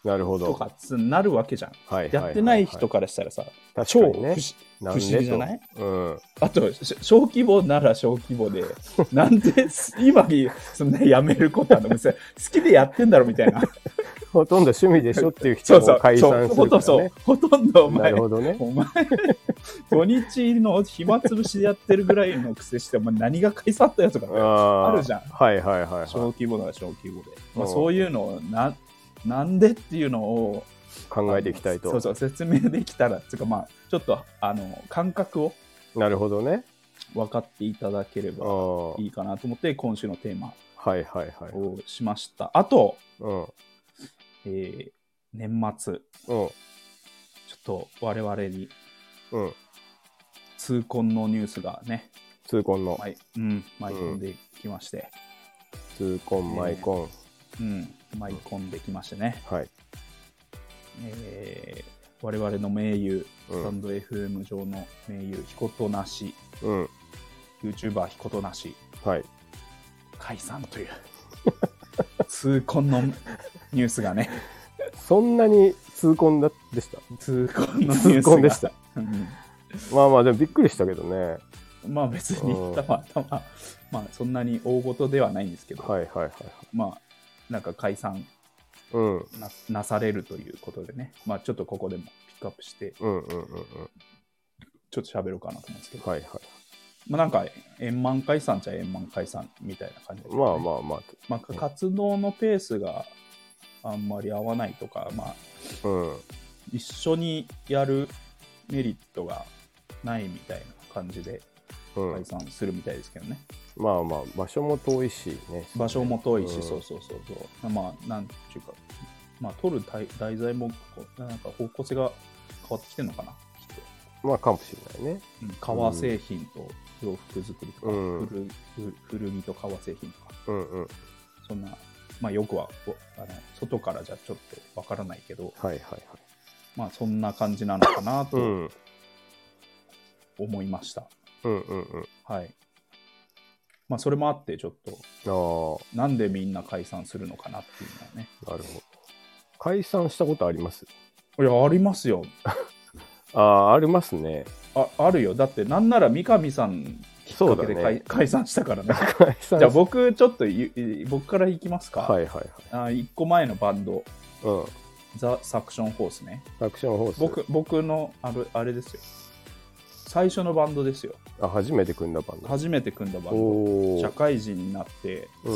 なるほどとかつなるわけじゃん、 はいはいはいはい、 やってない人からしたらさ、超不思、ね、不思議じゃない？うん、あと小規模なら小規模でなんで今そんなやめることあるの？好きでやってんだろみたいなほとんど趣味でしょっていう人も解散するからね。そうそうそう、 ほとんどお前、 なるほどね、 お前土日の暇つぶしでやってるぐらいの癖してお前何が解散だよとかあるじゃん。 はいはいはい、はい、 小規模なら小規模で、まあ、そういうのをななんでっていうのを考えていきたいと。 そうそう、説明できたらっていうか、まあちょっとあの感覚をなるほどね分かっていただければいいかなと思って今週のテーマをしました。はいはいはい、あと、うんえー、年末、うん、ちょっと我々に、うん、痛恨のニュースがね、 痛恨の、 舞い、うん、舞い込んできまして、 うん、痛恨舞い込ん、 えー、うん舞い込んできましてね、 はい、 えー、我々の盟友、スタンド エフエム 上の盟友ひことなし、うん、YouTuber ひことなし、はい、解散という痛恨のニュースがねそんなに痛恨だでした？ 痛恨のニュースがでした、うん、まあまあでもびっくりしたけどね。 まあ別に、うん、たまたままあそんなに大事ではないんですけど、 はいはいはい、 まあなんか解散 な,、うん、なされるということでね、まあちょっとここでもピックアップして、うんうんうんうん、ちょっと喋ろうかなと思うんですけど、はいはい、まあなんか円満解散じゃ円満解散みたいな感じで、ね、 まあまあまあ、 まあ活動のペースがあんまり合わないとか、まあ、うん、一緒にやるメリットがないみたいな感じで解散するみたいですけどね、 うん、まあまあ場所も遠いしね、 場所も遠いし、うん、そうそうそうそう、まあなんていうか、まあ取る題材もなんか方向性が変わってきてるのかな、きっと。まあかもしれないね、 うん、革製品と洋服作りとか、うん、古, 古着と革製品とか、うんうん、そんな、まあよくはあの外からじゃちょっとわからないけど、はいはいはい、まあそんな感じなのかなと思いました。うんうんうん、はい。まあそれもあってちょっとなんでみんな解散するのかなっていうのはね。 なるほど。解散したことあります？ いやありますよ。 ああありますね。 ああるよ。だってなんなら三上さんきっかけで、ね、解散したからね。じゃあ僕ちょっと僕からいきますか。はいはいはい。あいっこまえのバンド、うん、ザ・サクションホースね。 サクションホース。 僕僕のあれあれですよ。最初のバンドですよ。 あ、初めて組んだバンド。 初めて組んだバンド。社会人になって、うん、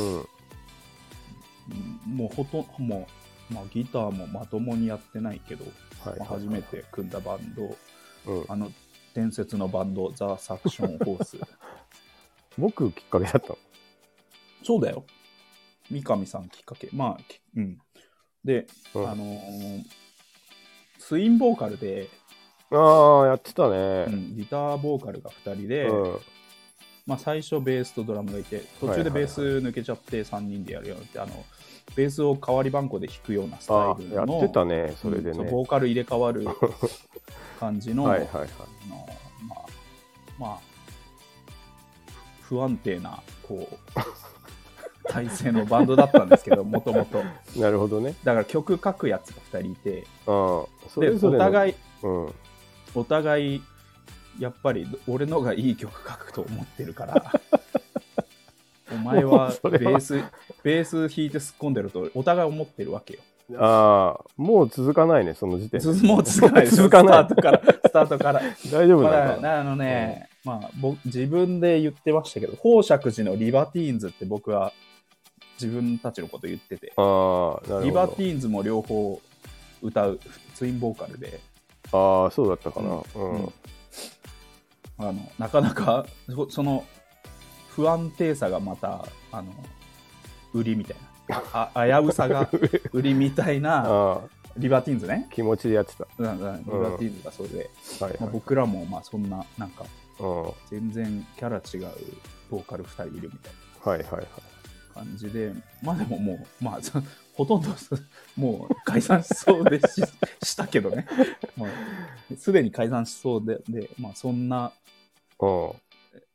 もうほともう、まあ、ギターもまともにやってないけど、はいまあ、初めて組んだバンド、うん、あの伝説のバンドザ・サクションホース。 僕きっかけだったの？ そうだよ。三上さんきっかけ。まあ、うん。で、うん、あのー、ツインボーカルで。 ああやってたね、 うん、ギターボーカルがふたりで、うんまあ、最初ベースとドラムがいて途中でベース抜けちゃってさんにんでやるようになって、はいはいはい、あのベースを代わり番号で弾くようなスタイルのやってたねそれでね、 うん、ボーカル入れ替わる感じのはいはい、はい、のまあまあ不安定なこう体制のバンドだったんですけどもともとなるほどね。 だから曲書くやつがふたりいてあそれぞれでお互い、うんお互いやっぱり俺のがいい曲書くと思ってるからお前はベースベース弾いて突っ込んでるとお互い思ってるわけよ。 ああもう続かないねその時点で。 もう続かない続かないスタートからスタートから大丈夫だなのあのね、うん、まあ僕自分で言ってましたけど宝石寺のリバティーンズって僕は自分たちのこと言ってて、あなるほどリバティーンズも両方歌うツインボーカルでああそうだったかな、うんうん、 あのなかなかその不安定さがまたあの売りみたいなあ危うさが売りみたいなリバティーンズね気持ちでやってた、 うんうん、リバティーンズがそれで、うんはいはいまあ、僕らもまあそんななんか全然キャラ違うボーカルふたりいるみたいな、はいはいはい感じでまあでももうまあほとんどもう解散しそうで し, したけどねもうすでに解散しそうででまあそんな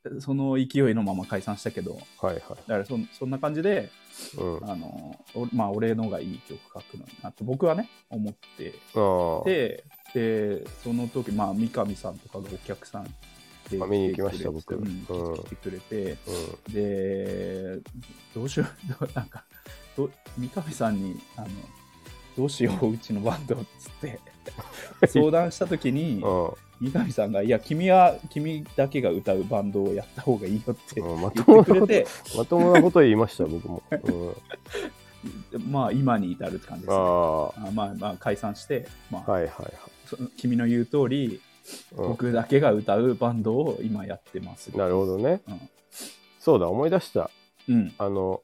その勢いのまま解散したけど、 はいはい、 だから そ, そんな感じで、 うん、 あのまあ俺のがいい曲書くのになって僕はね思ってででその時まあ三上さんとかがお客さんで見に行きました僕、うん、 来てくれて、うん、でどうしようなんかど三上さんにあのどうしよううちのバンドっつって相談した時に三上さんがいや君は君だけが歌うバンドをやった方がいいよって言ってくれて、 まともなこと言いました僕も、 うん、まあ今に至るって感じですね。ああまあまあ解散して、まあはいはいはい、 君の言う通り、うん、僕だけが歌うバンドを今やってます。 なるほどね、うん、そうだ思い出した、うん、あの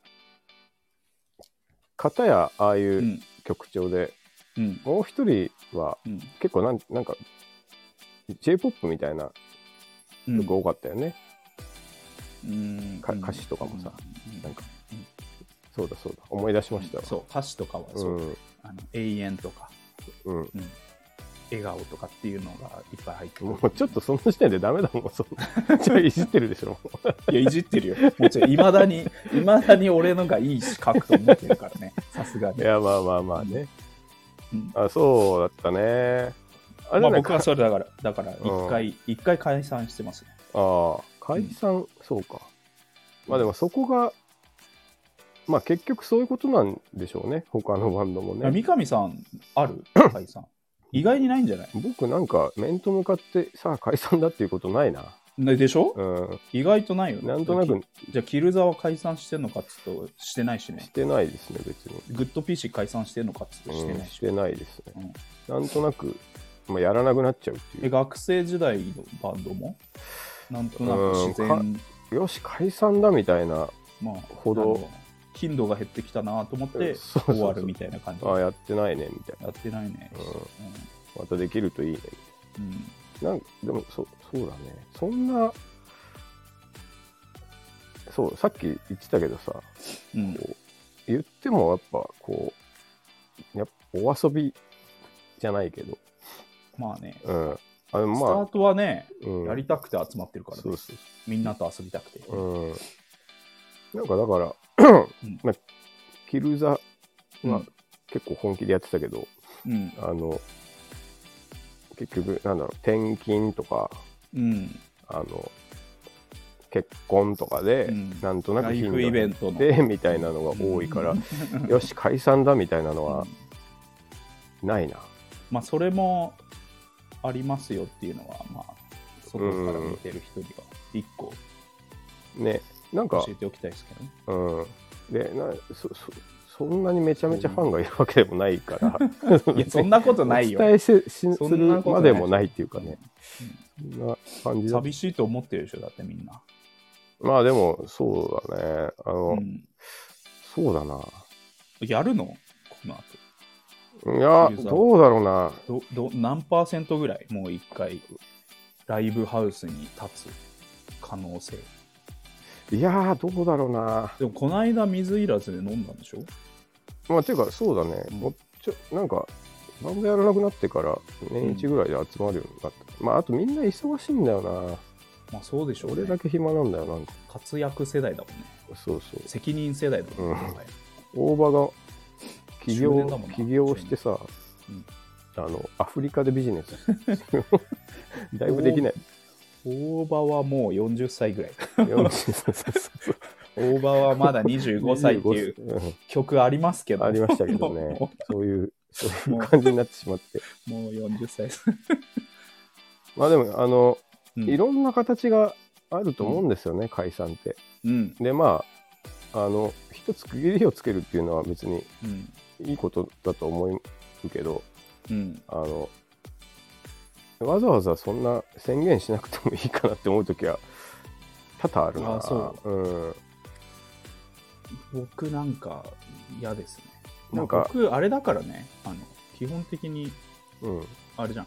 片やああいう曲調で、うん、もう一人は、うん、結構なんなんか J-ポップ みたいな曲多かったよね、うん、か歌詞とかもさ、うん、なんか、うん、そうだそうだ思い出しましたわ、 うん、そう歌詞とかはそう、うん、あの永遠とか、うんうん笑顔とかっていうのがいっぱい入ってる。 もうちょっとその時点でダメだもん。そじゃあいじってるでしょ。 いやいじってるよ。もちろんいまだにいまだに俺のがいいし書くと思ってるからね。さすがに。 いやまあまあまあね。うん、あそうだったね。 あれまあ僕はそれだからだから一回一、うん、回解散してますね。 ああ解散、うん、そうか。まあでもそこがまあ結局そういうことなんでしょうね。他のバンドもね。 三上さんある解散。意外にないんじゃない？ 僕なんか面と向かってさあ解散だっていうことないな。 でしょ？ うん、 意外とないよね。 なんとなくじゃあキルザは解散してんのかっつうとしてないしね。 してないですね別に。 グッドピーシー解散してんのかっつうとしてないし、 うん、してないですね、うん、なんとなく、まあ、やらなくなっちゃうっていう。 え学生時代のバンドもなんとなく自然よし解散だみたいなほど、まあ、 頻度が減ってきたなと思って終わるみたいな感じ。 そうそうそうあやってないねみたいな。 やってないね、 うんうんまたできるといいね。うん、なんでも そ, そうだね。そんなそうさっき言ってたけどさ、うん、こう言ってもやっぱこうやっぱお遊びじゃないけどまあね、 うん、あれまあスタートはね、うん、やりたくて集まってるからね。そうそうそうみんなと遊びたくて。 うん、なんかだから、うんまあ、キルザは結構本気でやってたけど、うん、あの結局なんだろう転勤とか、うん、あの結婚とかで、うん、なんとなく頻度イベントでみたいなのが多いから、うん、よし解散だみたいなのはないな、うん、 まあそれもありますよっていうのはまあ外から見てる人には一個ねなんか教えておきたいですけどね、うん、でなそそそんなにめちゃめちゃファンがいるわけでもないから、 うん、いやそんなことないよ。 お伝えしするまでもないっていうかね、 うん、そんな感じだ。寂しいと思ってるでしょだってみんな。 まあでもそうだねあの、うん、そうだな。 やるのこの後。いやどうだろうな。 どど何パーセントぐらいもう一回ライブハウスに立つ可能性。 いやーどうだろうな。 でもこの間水いらずで飲んだんでしょ。 まあていうかそうだね、うん、もうちょなんかバンドやらなくなってから年一ぐらいで集まるようになった、うん、まああとみんな忙しいんだよな。 まあそうでしょうね。 俺だけ暇なんだよなんか。 活躍世代だもんね。 そうそう責任世代だもんね、 うん、大場が起業起業してさ、うん、あのアフリカでビジネスだいぶできない。 大場はもうよんじゅっさいぐらい。よんじゅっさい大場はまだにじゅうごさいっていう曲ありますけど。 ありましたけどね。そういう、そういう感じになってしまって。 もうよんじゅっさいです。 まあでも、あの、うん、いろんな形があると思うんですよね、うん、解散って。うん、で、まあ、あの、一つ区切りをつけるっていうのは別にいいことだと思うけど、うん、あの、わざわざそんな宣言しなくてもいいかなって思うときは多々あるな。あそう、うん、 僕なんか嫌ですね。なんか僕あれだからね、あの基本的に、うん、あれじゃん、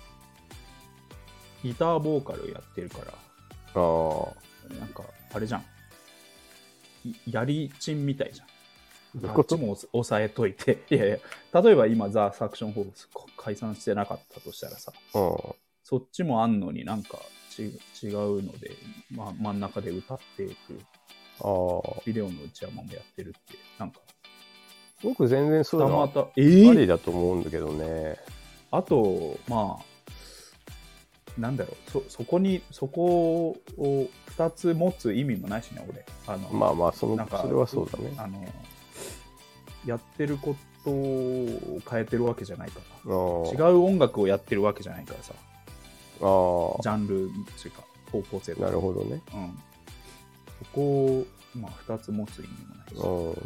ギターボーカルやってるから、あなんかあれじゃん、やりちんみたいじゃん。こっちも抑えといて、いやいや、例えば今ザ・サクションホール解散してなかったとしたらさ、うん、そっちもあんのになんかち違うので、まあ、真ん中で歌っていくビデオの内山もやってるってなんか僕全然そういうのはありだと思うんだけどね、えー、あとまあなんだろう そ, そこにそこをふたつ持つ意味もないしね俺あのまあまあそのなんかそれはそうだねあのやってることを変えてるわけじゃないから違う音楽をやってるわけじゃないからさあジャンルというか方向性とかなるほどね、 うん、そこを、まあ、ふたつ持つ意味もないし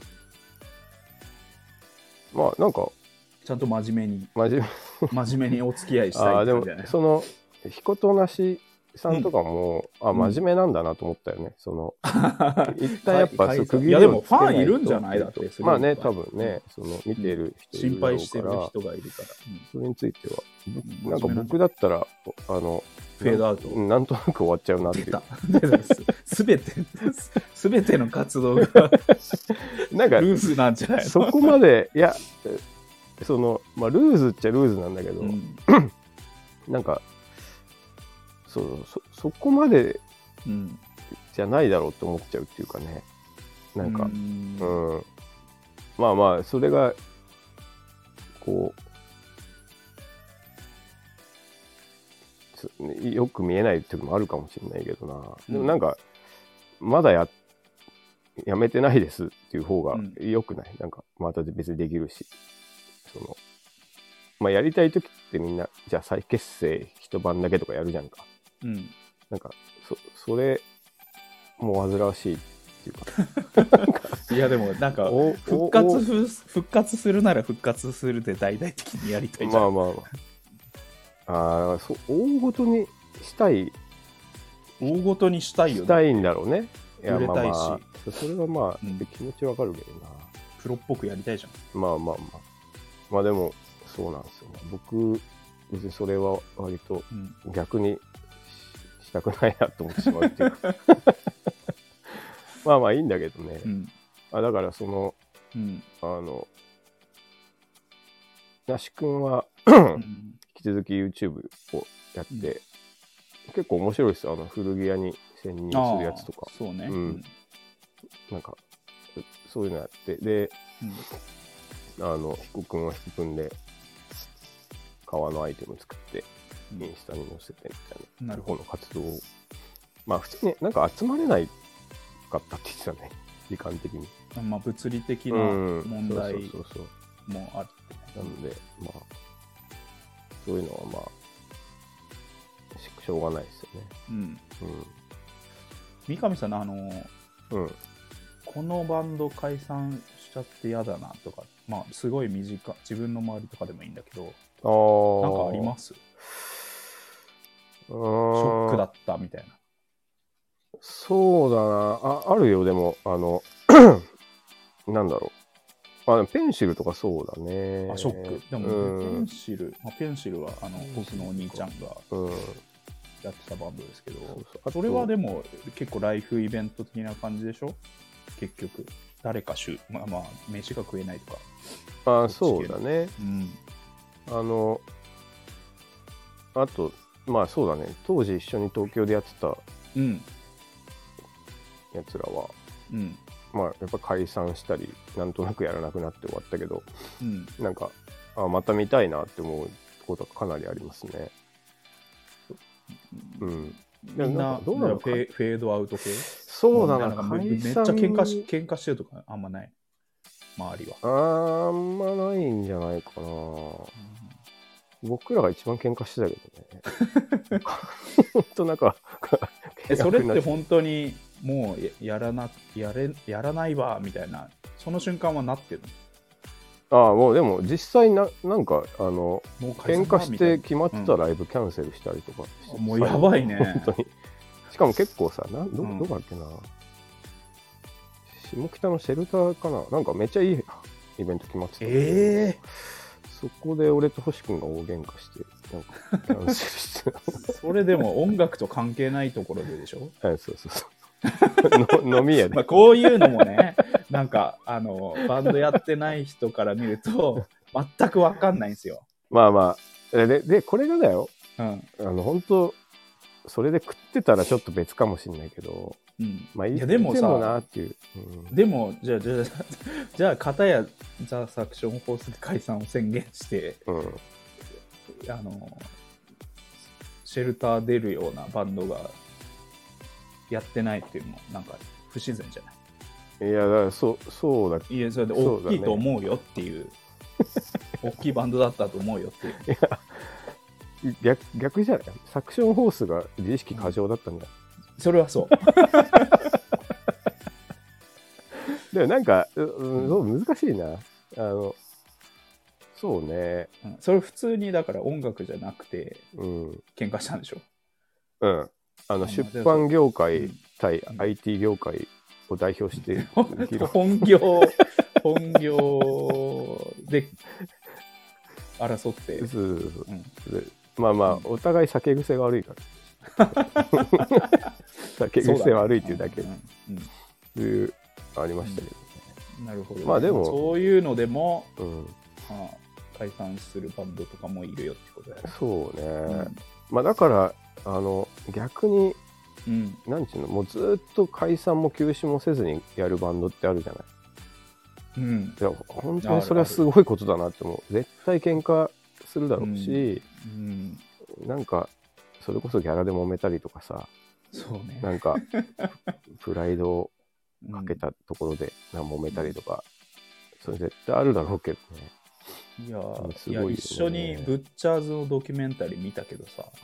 まあなんかちゃんと真面目に真面目真面目にお付き合いしたいって感じじゃない。 あでもその彦となしさんとかも、うん、あ真面目なんだなと思ったよね、うん、その一旦やっぱ区切りをつけないといやでもファンいるんじゃないだってまあね多分ね、うん、その見ている人いるだろうから、 心配してる人がいるから、 うん、それについては、うん、なんか僕だったらあのフェードアウトな, なんとなく終わっちゃうなっていうすべてすべての活動がなんかルーズなんじゃないのそこまでいやそのまあルーズっちゃルーズなんだけど、うん、なんかそう そ, そこまでじゃないだろうと思っちゃうっていうかねなんか うん、うん、まあまあそれがこうよく見えないっていうのもあるかもしれないけどな、うん、でもなんかまだ や, やめてないですっていう方がよくない、うん、なんかまた別にできるしそのまあやりたい時ってみんなじゃあ再結成一晩だけとかやるじゃんか、うん、なんか そ, それもう煩わしいっていうかいやでもなんか復活復活するなら復活するで大々的にやりたいじゃん。 まあまあまああそ大ごとにしたい大ごとにしたいよねしたいんだろうね。 いや売れたいし、まあまあ、それはまあ、うん、気持ちわかるけどなプロっぽくやりたいじゃん。 まあまあまあまあでもそうなんですよね僕別にそれは割と逆に し,、したくないなと思ってしまうっていうかまあまあいいんだけどね、うん、あだからその、うん、あの那須くんは引き続き YouTube をやって、うん、結構面白いですよあの古着屋に潜入するやつとかそうね、 うん、なんかそういうのやってで、うん、あの彦くんは彦くんで革のアイテム作ってインスタに載せてみたいな、なるほどの活動をまあ普通になんか集まれないかったって言ってたね時間的にまあ物理的な問題もあって、 なのでまあそういうのはまあしょうがないですよね。うん。うん、 三上さんのあの、うん、このバンド解散しちゃって嫌だなとか、まあすごい身近自分の周りとかでもいいんだけど、あなんかあります？ショックだったみたいな。 そうだな あ, あるよでもあのなんだろうあペンシルとかそうだね。 あショックでも、うん、ペンシル、まあ、ペンシルはあの僕のお兄ちゃんがやってたバンドですけど、そうそうそれはでも結構ライフイベント的な感じでしょ結局誰かしゅまあまあ飯が食えないとか。あそうだね、うん、あのあとまあそうだね当時一緒に東京でやってたやつらは、うん、まあやっぱ解散したりなんとなくやらなくなって終わったけど、うん、なんかあまた見たいなって思うことがかなりありますね。 うん、みんなどうなのフェードアウト系？ そうだな、 なんかめ, めっちゃ喧嘩し喧嘩してるとかあんまない周りは。 あんまないんじゃないかな、うん、僕らが一番喧嘩してたけどね本当なんかえそれって本当にもう や, やらなやれやらないわみたいなその瞬間はなってるの？ ああもうでも実際ななんかあのもう喧嘩して決まってたライブキャンセルしたりとか、 うん、もうやばいね本当に。しかも結構さな ど, どこだっけな、うん、下北のシェルターかななんかめっちゃいいイベント決まってた、 えー、そこで俺と星君が大喧嘩してなんかキャンセルしてそれでも音楽と関係ないところででしょはいそうそうそうの飲み屋で、 まあこういうのもねなんかあのバンドやってない人から見ると全く分かんないんですよ。 まあまあででこれがだよ、うん、あの本当それで食ってたらちょっと別かもしれないけど、 うん、 まあいいでもさなっていう、 うん、でもじゃあじゃあじゃあ片やザ・サクションフォースで解散を宣言して、うん、あのシェルター出るようなバンドがやってないっていうのもなんか不自然じゃない？ いや、だからそうそうだ。 いや、それで大きいと思うよっていう、大きいバンドだったと思うよっていう。 いや逆, 逆じゃない？サクションホースが自意識過剰だったんだ、 うん、それはそうでもなんか、うん、難しいな。あのそうね、 うん、それ普通にだから音楽じゃなくて、うん、喧嘩したんでしょ？ うん、あの出版業界対 アイティー 業界を代表して本業本業で争ってそうそうそう、 うん、まあまあ、うん、お互い酒癖が悪いから酒癖悪いっていうだけいうありましたけどね、 うん、なるほど、ね、 まあでもそういうのでも、うんまあ、解散するバンドとかもいるよってことだよね。 そうね、うん、まあだからあの逆に、うん、なんていうの、もうずっと解散も休止もせずにやるバンドってあるじゃない。うん、いや本当にそれはすごいことだなって思う。絶対喧嘩するだろうし、うんうん、なんかそれこそギャラで揉めたりとかさ、 そうね、 なんかプライドをかけたところで揉めたりとか、うん、それ絶対あるだろうけどね。 いや、すごいよね。いや一緒にブッチャーズのドキュメンタリー見たけどさ、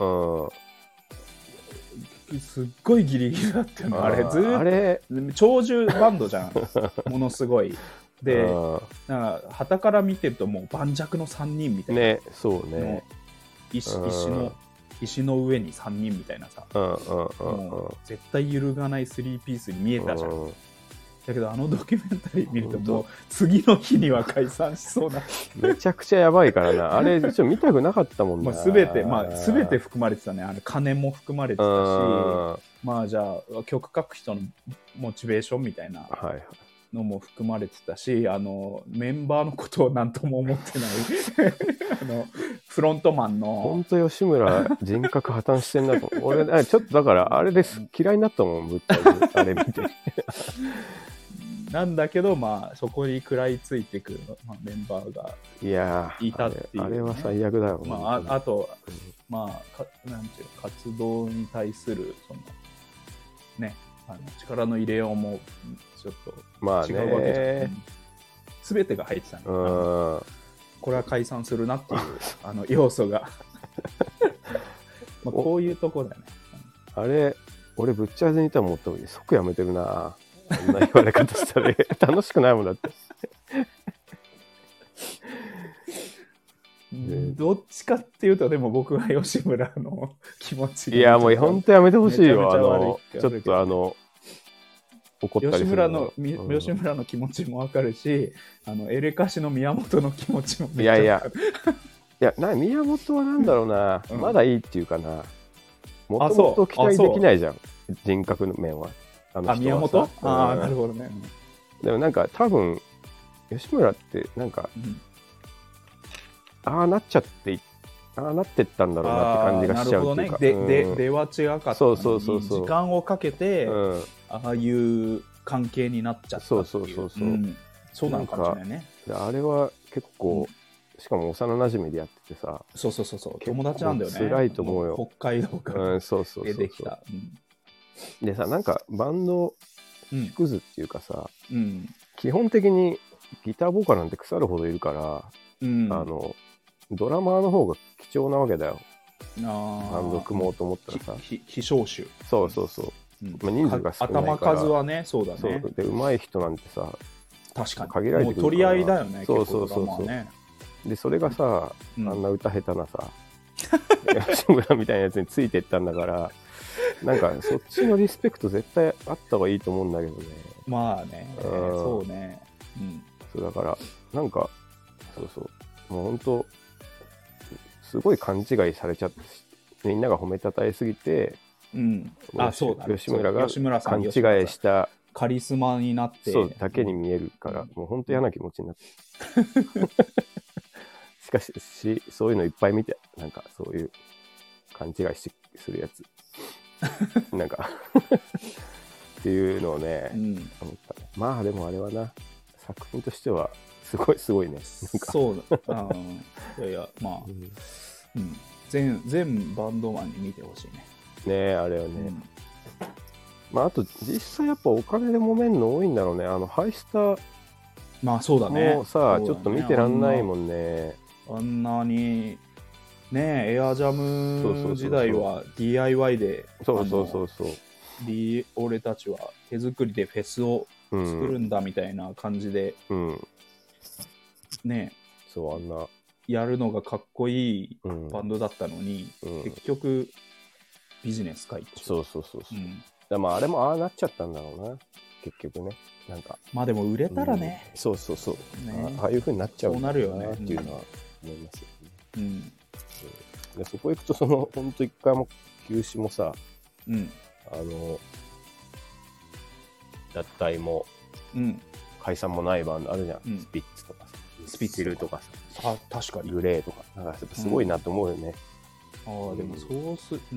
うん、すっごいギリギリだったよね。あれずっとあれ長寿バンドじゃんものすごいで、なんか旗から見てるともう盤石のさんにんみたいな、 ね、そうね、 石, 石の石の上にさんにんみたいなさ、もう絶対揺るがないスリーピースに見えたじゃん。だけどあのドキュメンタリー見るともう次の日には解散しそうなめちゃくちゃやばいからな。あれちょっと見たくなかったもんな。 すべて、まあ、全て含まれてたね。あの金も含まれてたし、まあじゃあ曲書く人のモチベーションみたいなのも含まれてたし、あのメンバーのことを何とも思ってないあのフロントマンの本当吉村人格破綻してんなと思う俺ちょっとだからあれです嫌いになったもん、ぶっちゃけあれ見てなんだけど、まあそこに食らいついてくる、まあ、メンバーがいたっていう、ね、 あれ、あれは最悪だよ、 まあ、あ, あと、うん、まあかなんていうの、活動に対するそのね、あの力の入れようもちょっと違うわけじゃん、まあね、全てが入ってたね。これは解散するなっていうあの要素がまあこういうとこだよね。 あれ俺ぶっちゃけにいたらもっと即やめてるな。そんな言われ方したら楽しくないもんだってどっちかっていうとでも僕は吉村の気持ちいやもう本当やめてほしいよ。あのちょっとあの怒ったりする吉村の、うん、吉村の気持ちもわかるし、あのエレカシの宮本の気持ちもめっちゃわかる。いやいやいやな宮本はなんだろうな、うん、まだいいっていうかな、もともと期待できないじゃん、人格の面は。あの人はさ、 あ、宮本、ああ、なるほどね。 でもなんか多分吉村ってなんか、うん、ああなっちゃってああなってったんだろうなって感じがしちゃうっていうか、 なるほどね。で、うん、で出は違かったのにそうそうそうそう時間をかけて、うん、ああいう関係になっちゃったっていう。そうそうそうそう、うん、そうなのかもしれないね。 あれは結構、うん、しかも幼馴染でやっててさ、 そうそうそうそう、友達なんだよね。 辛いと思うよ。 北海道から出てきた。 でさ、なんかバンド弾くずっていうかさ、うん、基本的にギターボーカルなんて腐るほどいるから、うん、あのドラマーの方が貴重なわけだよ。あバンド組もうと思ったらさ、 非招集。 そうそうそう。うん、まあ、人数が少ないから。 頭数はね、そうだね。そうで上手い人なんてさ、 確かに限られてくるから。 もう取り合いだよね。 そうそうそうそう。ね、でそれがさ、うん、あんな歌下手なさ、吉村みたいなやつについてったんだから。なんかそっちのリスペクト絶対あった方がいいと思うんだけどね。 まあね、うん、そうね、 うん、そうだからなんかそうそうもう本当すごい勘違いされちゃってみんなが褒めたたえすぎて、 うん、あそうだ、ね、 吉村が勘違いしたカリスマになってそうだけに見えるから、うん、もう本当嫌な気持ちになってしかししそういうのいっぱい見てなんかそういう勘違いしするやつなんかっていうのをね、うん、思ったね。まあでもあれはな、作品としてはすごいすごいね。なんかそうだ。あいやいや、まあ、うんうん、全全バンドマンに見てほしいね。 ねえ、あれはね。うん、まああと実際やっぱお金で揉めるの多いんだろうね。あのハイスターまあそうだね。 もうさ、ね、ちょっと見てらんないもんね。 あんなにね、エアジャム時代は ディーアイワイ で、 そうそうそうそう。 俺たちは手作りでフェスを作るんだみたいな感じで、うん、ね、 そうあんなやるのがかっこいいバンドだったのに、うん、結局ビジネスかいって。 そうそうそうそう。うん、だまああれもああなっちゃったんだろうな、結局ね。なんかまあでも売れたらね、 うん、そうそうそう、ね、ああいう風になっちゃうんだろうなっていうのは思いますよね。うん、でそこ行くとその本当一回も休止もさ、うん、あの脱退も、うん、解散もないバンドあるじゃん、うん、スピッツとかさ、スピッツルとかさ、あ確かにグレーとか、なんかすごいなと思うよね。 うん、ああでもそうす、うん、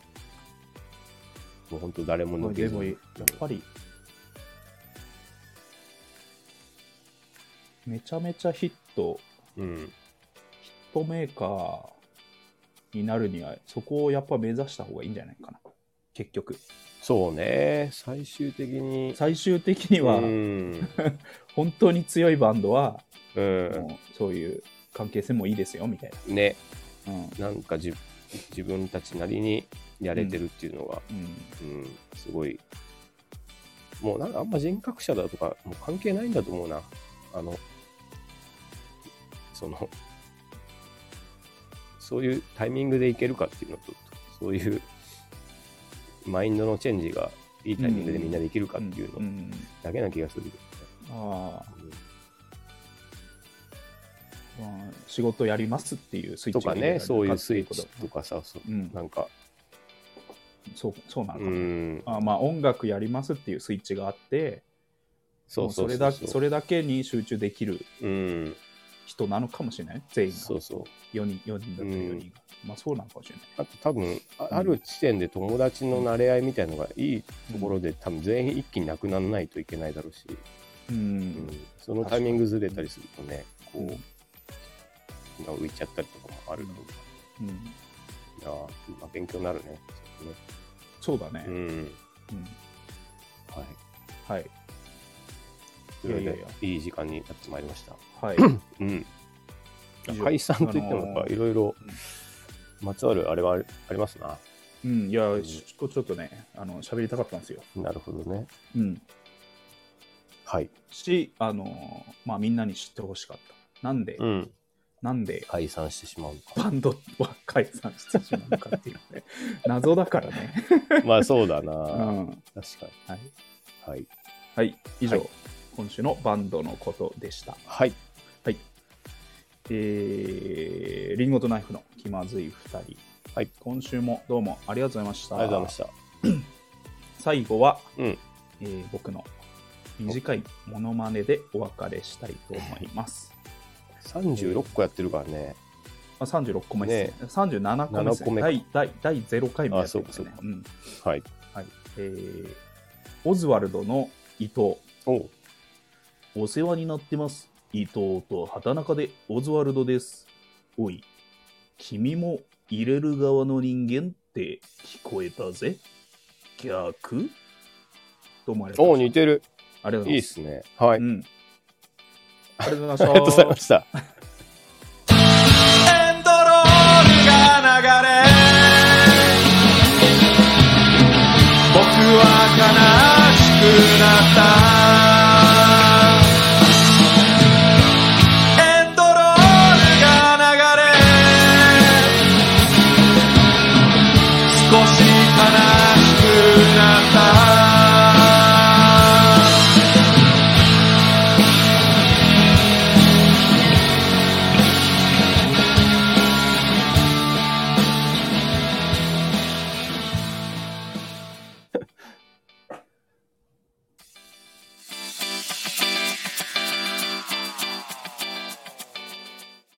もう本当誰も抜けずに。でもやっぱりめちゃめちゃヒット、うん、ヒットメーカーになるにはそこをやっぱ目指した方がいいんじゃないかな、結局。 そうね、最終的に最終的には、うん、本当に強いバンドは、うん、もうそういう関係性もいいですよみたいなね、うん、なんかじ自分たちなりにやれてるっていうのが、うんうんうん、すごいもうなんかあんま人格者だとかもう関係ないんだと思うな。あのそのそういうタイミングでいけるかっていうのと、そういうマインドのチェンジがいいタイミングでみんなできるかっていうのだけな気がする、うんうんうん、ああ、 うん、仕事やりますっていうスイッチとかね、そういうスイッチとかさ、そう、うん、なんかそうそうなのかな、うん、あまあ音楽やりますっていうスイッチがあって、そうそうそうそう、それだそれだけに集中できる人なのかもしれない、全員が。そうそう、よにん、よにんだったらよにんが、うん、まあそうなのかもしれない。 あと多分 あ, ある地点で友達の馴れ合いみたいなのがいいところで、うん、多分全員一気になくならないといけないだろうし、うんうん、そのタイミングずれたりするとね、こう、うん、浮いちゃったりとかもあるだろうから、うん、いや、まあ、勉強になる ね, ねそうだね、うんうん、 はいはい、いやいやいや、いい時間になってまいりました。はい。うん。解散といってもやっぱいろいろまつわるあれはありますな。 うん、いや、うん、ちょっとね、あの喋りたかったんですよ。 なるほどね。うん。はい。 し、あのまあみんなに知ってほしかった。なんで、うん、なんで解散してしまうのか。 バンドは解散してしまうのかっていうね、謎だからね。 まあそうだな。うん、確かに。はい。 はい。はい、以上。はい、今週のバンドのことでした。 はい。 はい。えー、リンゴとナイフの気まずいふたり。はい。今週もどうもありがとうございました。 ありがとうございました。 最後は、うん、えー、僕の短いモノマネでお別れしたいと思います。 さんじゅうろっこやってるからね。 あ、さんじゅうろっこめですね。さんじゅうななこめですね。第, 第, 第ゼロかいめやってますね。うん、はい。はい。えー、オズワルドの伊藤。おお世話になってます。伊藤と畑中でオズワルドです。おい、君も入れる側の人間って聞こえたぜ。逆と思われた。 お、似てる。 ありがとうございます。 いいですね。はい。うん、 ありがとうございました。 ありがとうございました。エンドロールが流れ、僕は悲しくなった。